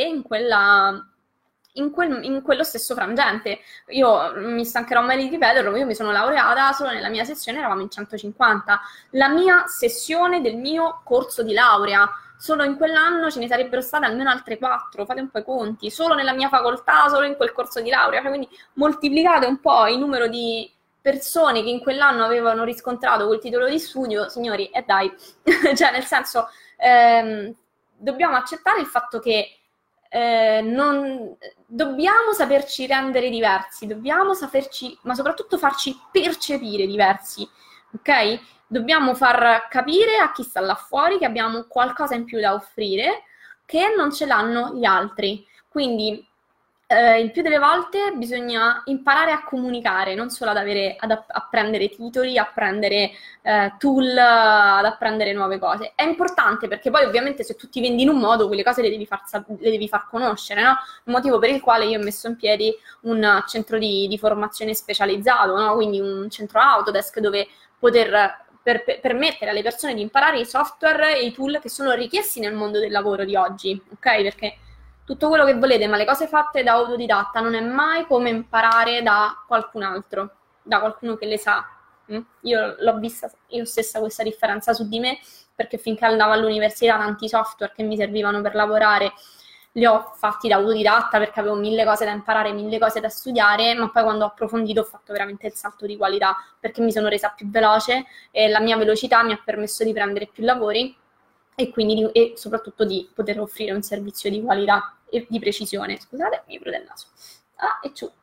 [SPEAKER 1] in quello stesso frangente. Io mi stancherò mai di ripeterlo, io mi sono laureata, solo nella mia sessione eravamo in 150. La mia sessione del mio corso di laurea, solo in quell'anno ce ne sarebbero state almeno altre 4, fate un po' i conti, solo nella mia facoltà, solo in quel corso di laurea, quindi moltiplicate un po' il numero di persone che in quell'anno avevano riscontrato quel titolo di studio, signori, e dai, cioè nel senso, dobbiamo accettare il fatto che non dobbiamo saperci rendere diversi, dobbiamo saperci, ma soprattutto farci percepire diversi, ok? Dobbiamo far capire a chi sta là fuori che abbiamo qualcosa in più da offrire che non ce l'hanno gli altri. Quindi il più delle volte bisogna imparare a comunicare, non solo ad apprendere titoli, apprendere tool, ad apprendere nuove cose. È importante perché poi ovviamente se tu ti vendi in un modo, quelle cose le devi far conoscere, no? Il motivo per il quale io ho messo in piedi un centro di formazione specializzato, no? Quindi un centro Autodesk dove poter permettere alle persone di imparare i software e i tool che sono richiesti nel mondo del lavoro di oggi, ok? Perché tutto quello che volete, ma le cose fatte da autodidatta non è mai come imparare da qualcun altro, da qualcuno che le sa. Io l'ho vista io stessa questa differenza su di me, perché finché andavo all'università tanti software che mi servivano per lavorare li ho fatti da autodidatta perché avevo 1000 cose da imparare, 1000 cose da studiare, ma poi quando ho approfondito ho fatto veramente il salto di qualità perché mi sono resa più veloce e la mia velocità mi ha permesso di prendere più lavori e quindi e soprattutto di poter offrire un servizio di qualità e di precisione. Scusate, mi prude il naso. E ciù.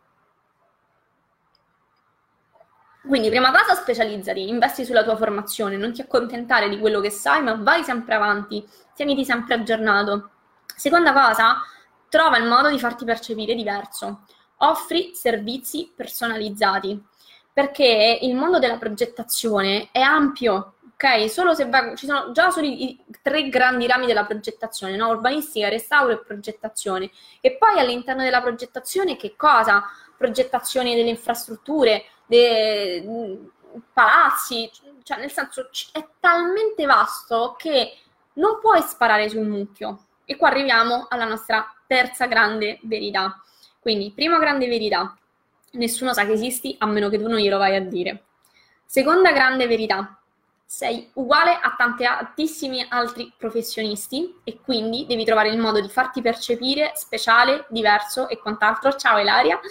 [SPEAKER 1] Quindi, prima cosa, specializzati, investi sulla tua formazione, non ti accontentare di quello che sai, ma vai sempre avanti, tieniti sempre aggiornato. Seconda cosa, trova il modo di farti percepire diverso. Offri servizi personalizzati, perché il mondo della progettazione è ampio. Ok, ci sono già solo i 3 grandi rami della progettazione, no? Urbanistica, restauro e progettazione. E poi all'interno della progettazione che cosa? Progettazione delle infrastrutture, dei palazzi, cioè nel senso è talmente vasto che non puoi sparare sul mucchio. E qua arriviamo alla nostra terza grande verità. Quindi, prima grande verità, nessuno sa che esisti a meno che tu non glielo vai a dire. Seconda grande verità, sei uguale a tantissimi altri professionisti e quindi devi trovare il modo di farti percepire speciale, diverso e quant'altro. Ciao Ilaria.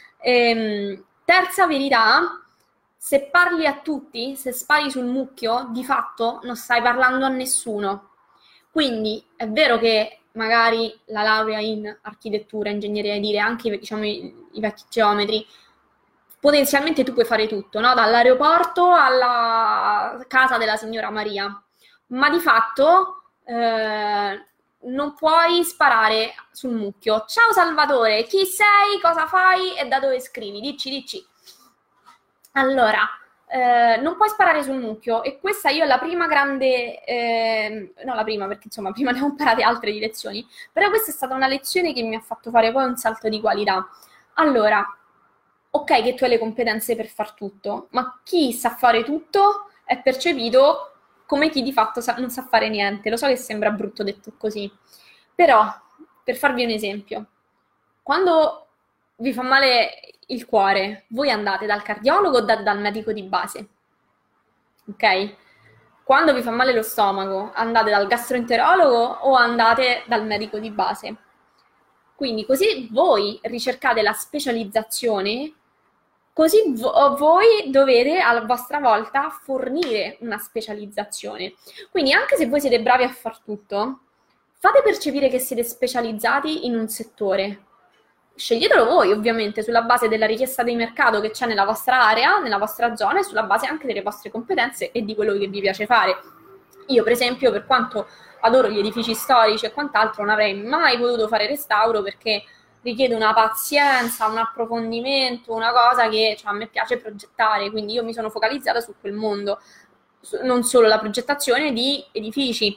[SPEAKER 1] Terza verità, se parli a tutti, se spari sul mucchio, di fatto non stai parlando a nessuno. Quindi è vero che magari la laurea in architettura, ingegneria edile, anche diciamo i vecchi geometri, potenzialmente tu puoi fare tutto, no? Dall'aeroporto alla casa della signora Maria, ma di fatto non puoi sparare sul mucchio. Ciao Salvatore, chi sei, cosa fai e da dove scrivi? Dici. Allora, non puoi sparare sul mucchio e questa io è la prima grande, no la prima perché insomma prima ne ho imparate altre di lezioni, però questa è stata una lezione che mi ha fatto fare poi un salto di qualità. Allora, ok che tu hai le competenze per far tutto, ma chi sa fare tutto è percepito come chi di fatto non sa fare niente. Lo so che sembra brutto detto così, però per farvi un esempio, quando vi fa male il cuore, voi andate dal cardiologo o dal medico di base, ok? Quando vi fa male lo stomaco, andate dal gastroenterologo o andate dal medico di base? Quindi così voi ricercate la specializzazione, così voi dovete a vostra volta fornire una specializzazione. Quindi anche se voi siete bravi a far tutto, fate percepire che siete specializzati in un settore. Sceglietelo voi, ovviamente, sulla base della richiesta di mercato che c'è nella vostra area, nella vostra zona e sulla base anche delle vostre competenze e di quello che vi piace fare. Io, per esempio, per quanto adoro gli edifici storici e quant'altro, non avrei mai potuto fare restauro perché richiede una pazienza, un approfondimento, una cosa che a me piace progettare, quindi io mi sono focalizzata su quel mondo, non solo la progettazione di edifici,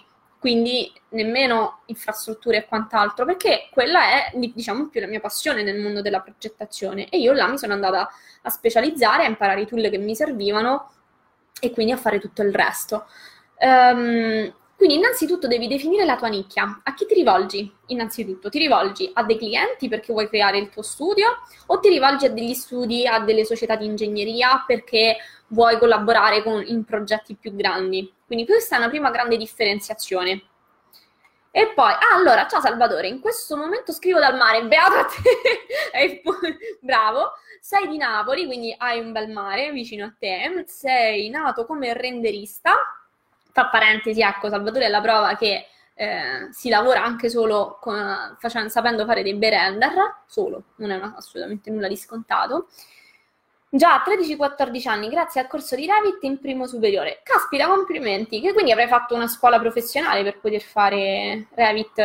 [SPEAKER 1] quindi nemmeno infrastrutture e quant'altro, perché quella è, diciamo, più la mia passione nel mondo della progettazione, e io là mi sono andata a specializzare, a imparare i tool che mi servivano e quindi a fare tutto il resto. Quindi innanzitutto devi definire la tua nicchia. A chi ti rivolgi? Innanzitutto ti rivolgi a dei clienti perché vuoi creare il tuo studio, o ti rivolgi a degli studi, a delle società di ingegneria perché vuoi collaborare in progetti più grandi. Quindi questa è una prima grande differenziazione. E poi, allora, ciao Salvatore, in questo momento scrivo dal mare, beato a te, bravo, sei di Napoli, quindi hai un bel mare vicino a te, sei nato come renderista, tra parentesi, ecco, Salvatore è la prova che si lavora anche solo sapendo fare dei bei render, solo, non è assolutamente nulla di scontato. Già a 13-14 anni, grazie al corso di Revit in primo superiore. Caspita, complimenti! Che quindi avrai fatto una scuola professionale per poter fare Revit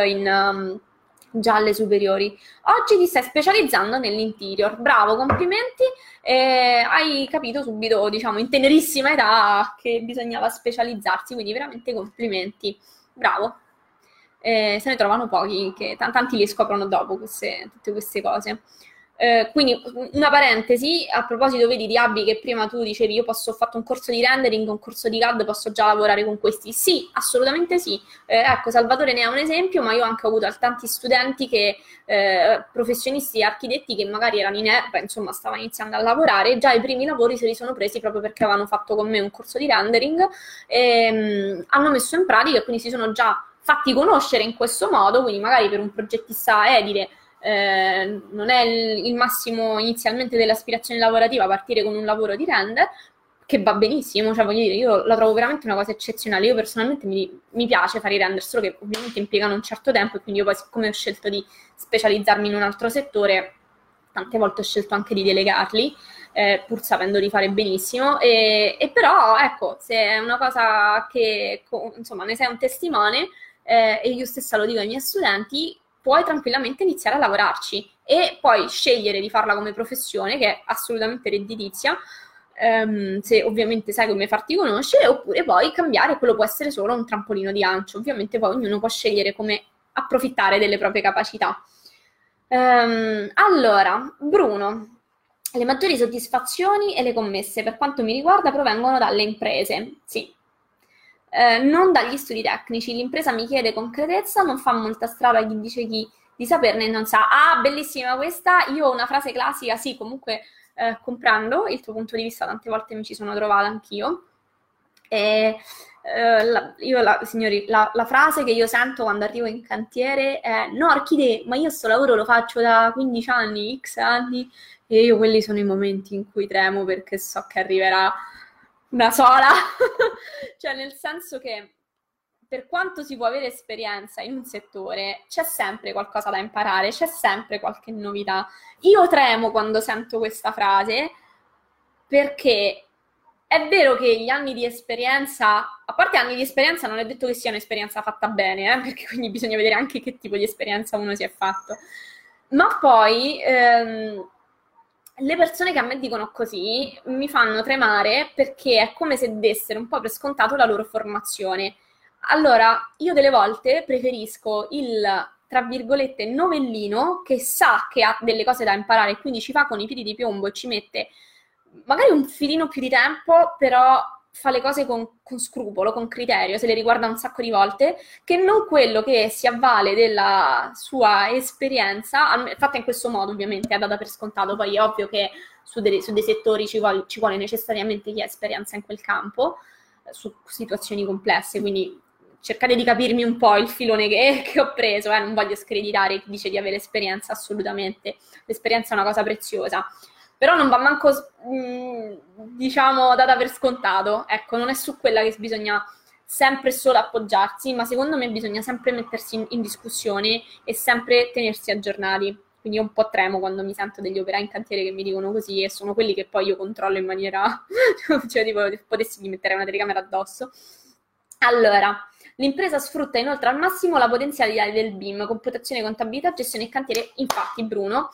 [SPEAKER 1] già alle superiori. Oggi ti stai specializzando nell'interior. Bravo, complimenti! Hai capito subito, diciamo, in tenerissima età che bisognava specializzarsi, quindi veramente complimenti. Bravo! Se ne trovano pochi, che tanti li scoprono dopo tutte queste cose. Quindi una parentesi, a proposito, vedi di Abby che prima tu dicevi ho fatto un corso di rendering, un corso di CAD, posso già lavorare con questi? Sì, assolutamente sì. Ecco, Salvatore ne è un esempio, ma io ho anche avuto tanti studenti professionisti e architetti che magari erano in erba, insomma stavano iniziando a lavorare, già i primi lavori se li sono presi proprio perché avevano fatto con me un corso di rendering, hanno messo in pratica e quindi si sono già fatti conoscere in questo modo, quindi magari per un progettista edile non è il massimo inizialmente dell'aspirazione lavorativa partire con un lavoro di render, che va benissimo, cioè voglio dire, io la trovo veramente una cosa eccezionale. Io personalmente mi piace fare i render, solo che ovviamente impiegano un certo tempo, e quindi io poi, siccome ho scelto di specializzarmi in un altro settore, tante volte ho scelto anche di delegarli, pur sapendo di fare benissimo, e però ecco, se è una cosa che insomma ne sei un testimone, e io stessa lo dico ai miei studenti, puoi tranquillamente iniziare a lavorarci e poi scegliere di farla come professione, che è assolutamente redditizia, se ovviamente sai come farti conoscere, oppure poi cambiare, quello può essere solo un trampolino di lancio. Ovviamente poi ognuno può scegliere come approfittare delle proprie capacità. Allora, Bruno, le maggiori soddisfazioni e le commesse per quanto mi riguarda provengono dalle imprese, sì. Non dagli studi tecnici. L'impresa mi chiede concretezza, non fa molta strada chi dice chi di saperne non sa. Ah, bellissima questa. Io ho una frase classica, sì, comunque comprendo il tuo punto di vista, tante volte mi ci sono trovata anch'io. Signori, la frase che io sento quando arrivo in cantiere è: no, Orchidee, ma io sto lavoro lo faccio da 15 anni, X anni, e io quelli sono i momenti in cui tremo perché so che arriverà una sola. Cioè, nel senso che per quanto si può avere esperienza in un settore, c'è sempre qualcosa da imparare, c'è sempre qualche novità. Io tremo quando sento questa frase, perché è vero che gli anni di esperienza, a parte anni di esperienza, non è detto che sia un'esperienza fatta bene, perché quindi bisogna vedere anche che tipo di esperienza uno si è fatto. Ma poi le persone che a me dicono così mi fanno tremare, perché è come se dessero un po' per scontato la loro formazione. Allora, io delle volte preferisco il, tra virgolette, novellino che sa che ha delle cose da imparare e quindi ci fa con i piedi di piombo e ci mette magari un filino più di tempo, però fa le cose con scrupolo, con criterio, se le riguarda un sacco di volte, che non quello che si avvale della sua esperienza, fatta in questo modo ovviamente, è data per scontato. Poi è ovvio che su dei settori ci vuole necessariamente chi ha esperienza in quel campo, su situazioni complesse, quindi cercate di capirmi un po' il filone che ho preso, non voglio screditare chi dice di avere esperienza, assolutamente, l'esperienza è una cosa preziosa, però non va manco, diciamo, data per scontato, ecco, non è su quella che bisogna sempre solo appoggiarsi, ma secondo me bisogna sempre mettersi in discussione e sempre tenersi aggiornati. Quindi io un po' tremo quando mi sento degli operai in cantiere che mi dicono così, e sono quelli che poi io controllo in maniera, cioè tipo, potessi mettere una telecamera addosso. Allora, l'impresa sfrutta inoltre al massimo la potenzialità del BIM, computazione, contabilità, gestione e cantiere. Infatti, Bruno,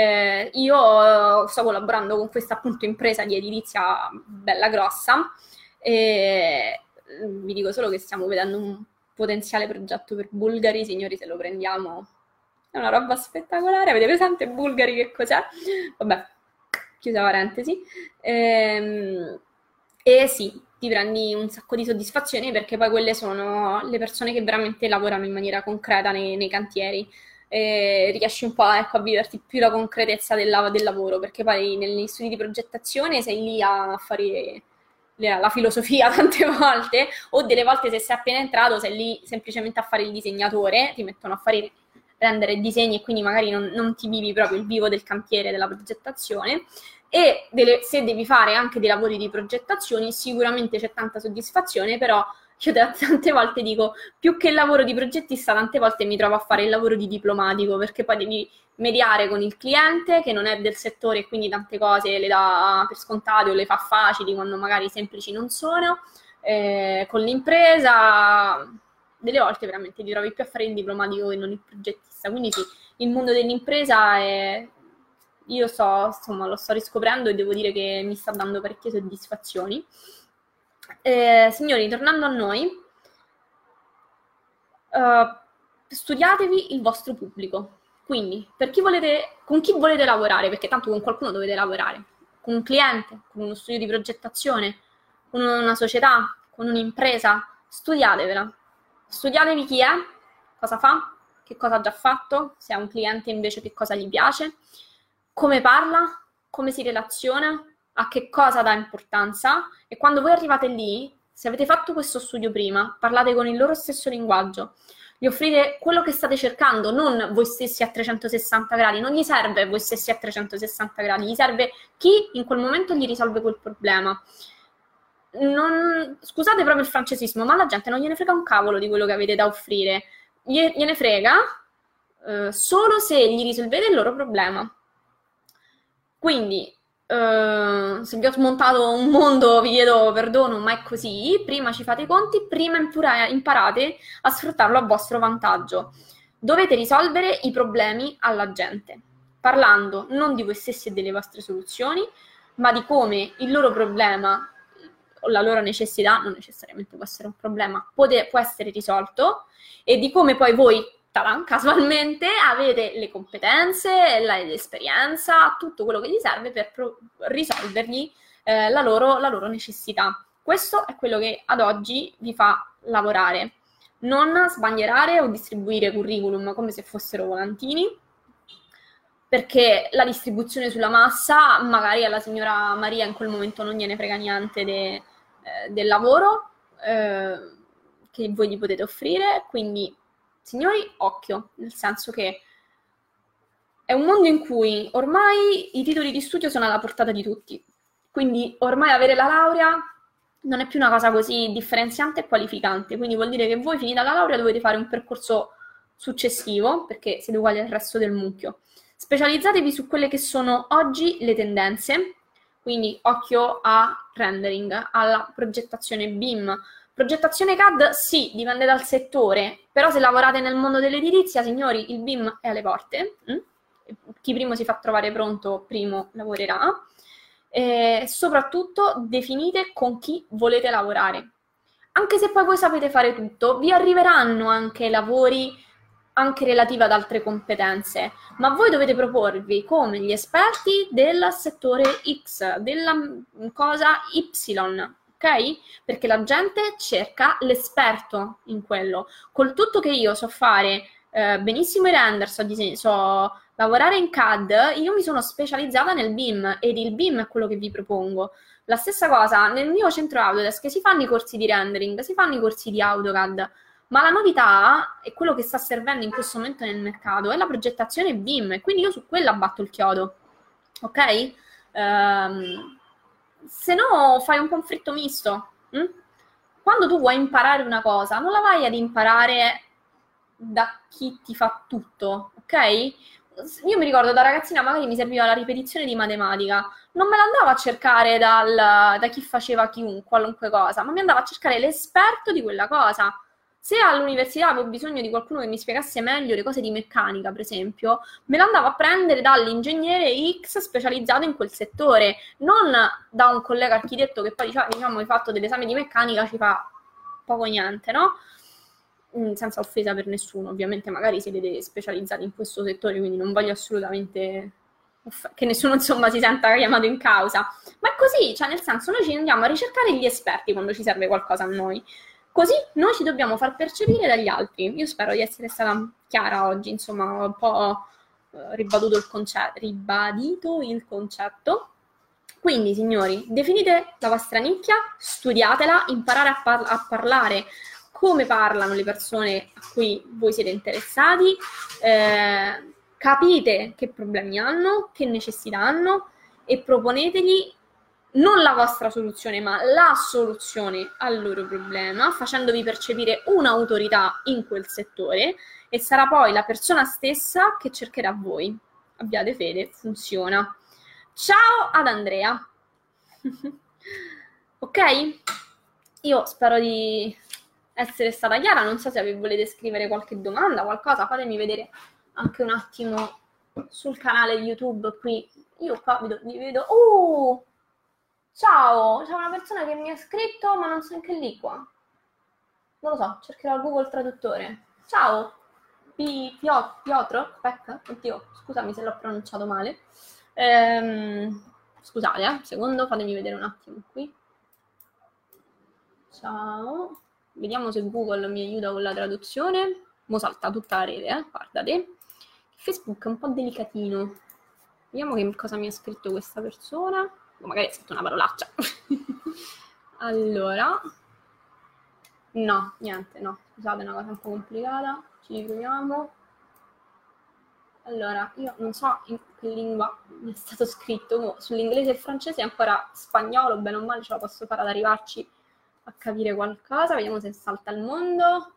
[SPEAKER 1] io sto collaborando con questa appunto impresa di edilizia bella grossa, e vi dico solo che stiamo vedendo potenziale progetto per Bulgari, signori, se lo prendiamo è una roba spettacolare. Avete presente Bulgari che cos'è? Vabbè, chiusa parentesi. E sì, ti prendi un sacco di soddisfazione perché poi quelle sono le persone che veramente lavorano in maniera concreta nei cantieri. Riesci un po' ecco, a viverti più la concretezza del lavoro, perché poi negli studi di progettazione sei lì a fare la filosofia tante volte, o delle volte se sei appena entrato sei lì semplicemente a fare il disegnatore, ti mettono a fare rendere disegni e quindi magari non ti vivi proprio il vivo del cantiere, della progettazione. E se devi fare anche dei lavori di progettazione sicuramente c'è tanta soddisfazione, però io tante volte dico, più che il lavoro di progettista, tante volte mi trovo a fare il lavoro di diplomatico, perché poi devi mediare con il cliente che non è del settore e quindi tante cose le dà per scontate o le fa facili quando magari semplici non sono, con l'impresa delle volte veramente ti trovi più a fare il diplomatico che non il progettista, quindi sì, il mondo dell'impresa è... Io insomma, lo sto riscoprendo e devo dire che mi sta dando parecchie soddisfazioni. Signori, tornando a noi, studiatevi il vostro pubblico. Quindi, con chi volete lavorare? Perché tanto con qualcuno dovete lavorare. Con un cliente, con uno studio di progettazione, con una società, con un'impresa. Studiatevela. Studiatevi chi è, cosa fa, che cosa ha già fatto, se è un cliente invece che cosa gli piace, come parla, come si relaziona, a che cosa dà importanza, e quando voi arrivate lì, se avete fatto questo studio prima, parlate con il loro stesso linguaggio, gli offrite quello che state cercando, non voi stessi a 360 gradi, non gli serve voi stessi a 360 gradi, gli serve chi in quel momento gli risolve quel problema. Scusate proprio il francesismo, ma la gente non gliene frega un cavolo di quello che avete da offrire, gliene frega solo se gli risolvete il loro problema. Quindi, se vi ho smontato un mondo, vi chiedo perdono, ma è così. Prima ci fate i conti, prima imparate a sfruttarlo a vostro vantaggio. Dovete risolvere i problemi alla gente, parlando non di voi stessi e delle vostre soluzioni, ma di come il loro problema o la loro necessità, non necessariamente può essere un problema, può essere risolto, e di come poi voi casualmente avete le competenze, l'esperienza, tutto quello che gli serve per risolvergli la loro necessità. Questo è quello che ad oggi vi fa lavorare. Non sbandierare o distribuire curriculum come se fossero volantini, perché la distribuzione sulla massa magari alla signora Maria in quel momento non gliene frega niente del lavoro che voi gli potete offrire, quindi signori, occhio, nel senso che è un mondo in cui ormai i titoli di studio sono alla portata di tutti, quindi ormai avere la laurea non è più una cosa così differenziante e qualificante, quindi vuol dire che voi finita la laurea dovete fare un percorso successivo, perché siete uguali al resto del mucchio. Specializzatevi su quelle che sono oggi le tendenze, quindi occhio a rendering, alla progettazione BIM. Progettazione CAD, sì, dipende dal settore, però se lavorate nel mondo dell'edilizia, signori, il BIM è alle porte. Chi primo si fa trovare pronto, primo lavorerà. E soprattutto definite con chi volete lavorare. Anche se poi voi sapete fare tutto, vi arriveranno anche lavori anche relativi ad altre competenze, ma voi dovete proporvi come gli esperti del settore X, della cosa Y, ok? Perché la gente cerca l'esperto in quello. Col tutto che io so fare benissimo i render, so lavorare in CAD, io mi sono specializzata nel BIM ed il BIM è quello che vi propongo. La stessa cosa, nel mio centro Autodesk si fanno i corsi di rendering, si fanno i corsi di AutoCAD, ma la novità, e quello che sta servendo in questo momento nel mercato, è la progettazione BIM, e quindi io su quella batto il chiodo, ok? Se no fai un po' un fritto misto. Quando tu vuoi imparare una cosa, non la vai ad imparare da chi ti fa tutto, ok? Io mi ricordo da ragazzina magari mi serviva la ripetizione di matematica, non me l'andavo a cercare da chi faceva qualunque cosa, ma mi andavo a cercare l'esperto di quella cosa. Se all'università avevo bisogno di qualcuno che mi spiegasse meglio le cose di meccanica, per esempio, me l'andavo a prendere dall'ingegnere X specializzato in quel settore, non da un collega architetto che poi diciamo hai fatto dell'esame di meccanica, ci fa poco niente, no? senza offesa per nessuno, ovviamente magari siete specializzati in questo settore, quindi non voglio assolutamente che nessuno insomma si senta chiamato in causa, ma è così, cioè nel senso noi ci andiamo a ricercare gli esperti quando ci serve qualcosa a noi, così noi ci dobbiamo far percepire dagli altri. Io spero di essere stata chiara oggi, insomma ho un po' ribadito il concetto. Quindi signori, definite la vostra nicchia, studiatela, imparare a parlare come parlano le persone a cui voi siete interessati, capite che problemi hanno, che necessità hanno e proponetegli non la vostra soluzione, ma la soluzione al loro problema, facendovi percepire un'autorità in quel settore, e sarà poi la persona stessa che cercherà voi. Abbiate fede, funziona. Ciao ad Andrea. Ok? Io spero di essere stata chiara, non so se volete scrivere qualche domanda, qualcosa, fatemi vedere anche un attimo sul canale YouTube qui. Io qua vi vedo. Ciao, c'è una persona che mi ha scritto, ma non so anche lì qua. Non lo so, cercherò Google Traduttore. Ciao, Piotr? Aspetta, oddio, scusami se l'ho pronunciato male. Scusate, un secondo, fatemi vedere un attimo qui. Ciao, vediamo se Google mi aiuta con la traduzione. Mo salta tutta la rete, guardate. Facebook è un po' delicatino. Vediamo che cosa mi ha scritto questa persona. Magari ha scritto una parolaccia. Allora, no, niente, no. Scusate, è una cosa un po' complicata. Ci riproviamo. Allora, io non so in che lingua mi è stato scritto. Sull'inglese e il francese, ancora spagnolo, bene o male ce la posso fare ad arrivarci a capire qualcosa. Vediamo se salta il mondo.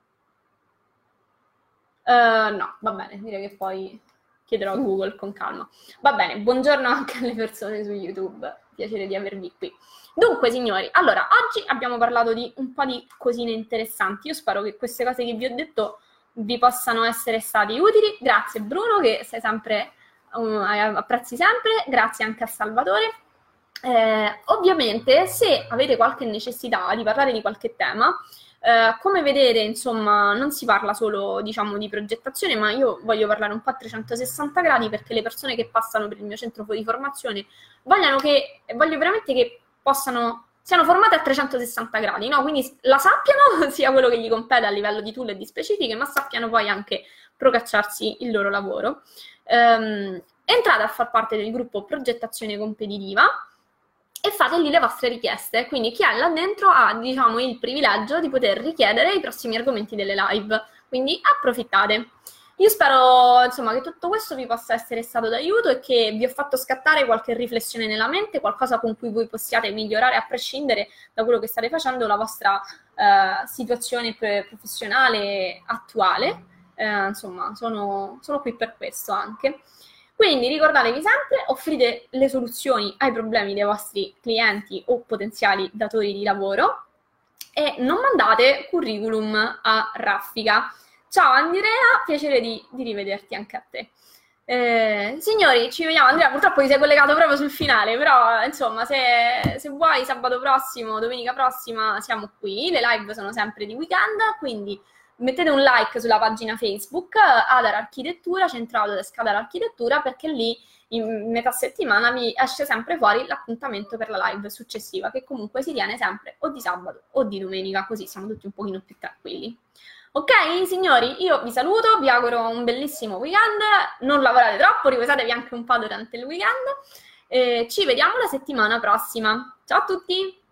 [SPEAKER 1] No, va bene, direi che poi chiederò a Google con calma. Va bene, buongiorno anche alle persone su YouTube, piacere di avervi qui. Dunque, signori, allora, oggi abbiamo parlato di un po' di cosine interessanti. Io spero che queste cose che vi ho detto vi possano essere stati utili. Grazie Bruno, che sei sempre, apprezzi sempre, grazie anche a Salvatore. Ovviamente, se avete qualche necessità di parlare di qualche tema, come vedete, insomma, non si parla solo, diciamo, di progettazione, ma io voglio parlare un po' a 360 gradi, perché le persone che passano per il mio centro di formazione voglio veramente che siano formate a 360 gradi, no? Quindi la sappiano, sia quello che gli compete a livello di tool e di specifiche, ma sappiano poi anche procacciarsi il loro lavoro. Entrate a far parte del gruppo Progettazione Competitiva e fate lì le vostre richieste. Quindi chi è là dentro ha, diciamo, il privilegio di poter richiedere i prossimi argomenti delle live. Quindi approfittate. Io spero, insomma, che tutto questo vi possa essere stato d'aiuto e che vi ho fatto scattare qualche riflessione nella mente, qualcosa con cui voi possiate migliorare a prescindere da quello che state facendo, la vostra situazione professionale attuale. Insomma, sono qui per questo anche. Quindi ricordatevi sempre, offrite le soluzioni ai problemi dei vostri clienti o potenziali datori di lavoro e non mandate curriculum a raffica. Ciao Andrea, piacere di rivederti anche a te. Signori, ci vediamo. Andrea, purtroppo ti sei collegato proprio sul finale, però insomma, se vuoi sabato prossimo, domenica prossima siamo qui. Le live sono sempre di weekend, quindi mettete un like sulla pagina Facebook Adar Architettura, Centro Autodesk Adar Architettura, perché lì in metà settimana vi esce sempre fuori l'appuntamento per la live successiva, che comunque si tiene sempre o di sabato o di domenica, così siamo tutti un pochino più tranquilli. Ok, signori, io vi saluto, vi auguro un bellissimo weekend, non lavorate troppo, riposatevi anche un po' durante il weekend, ci vediamo la settimana prossima. Ciao a tutti!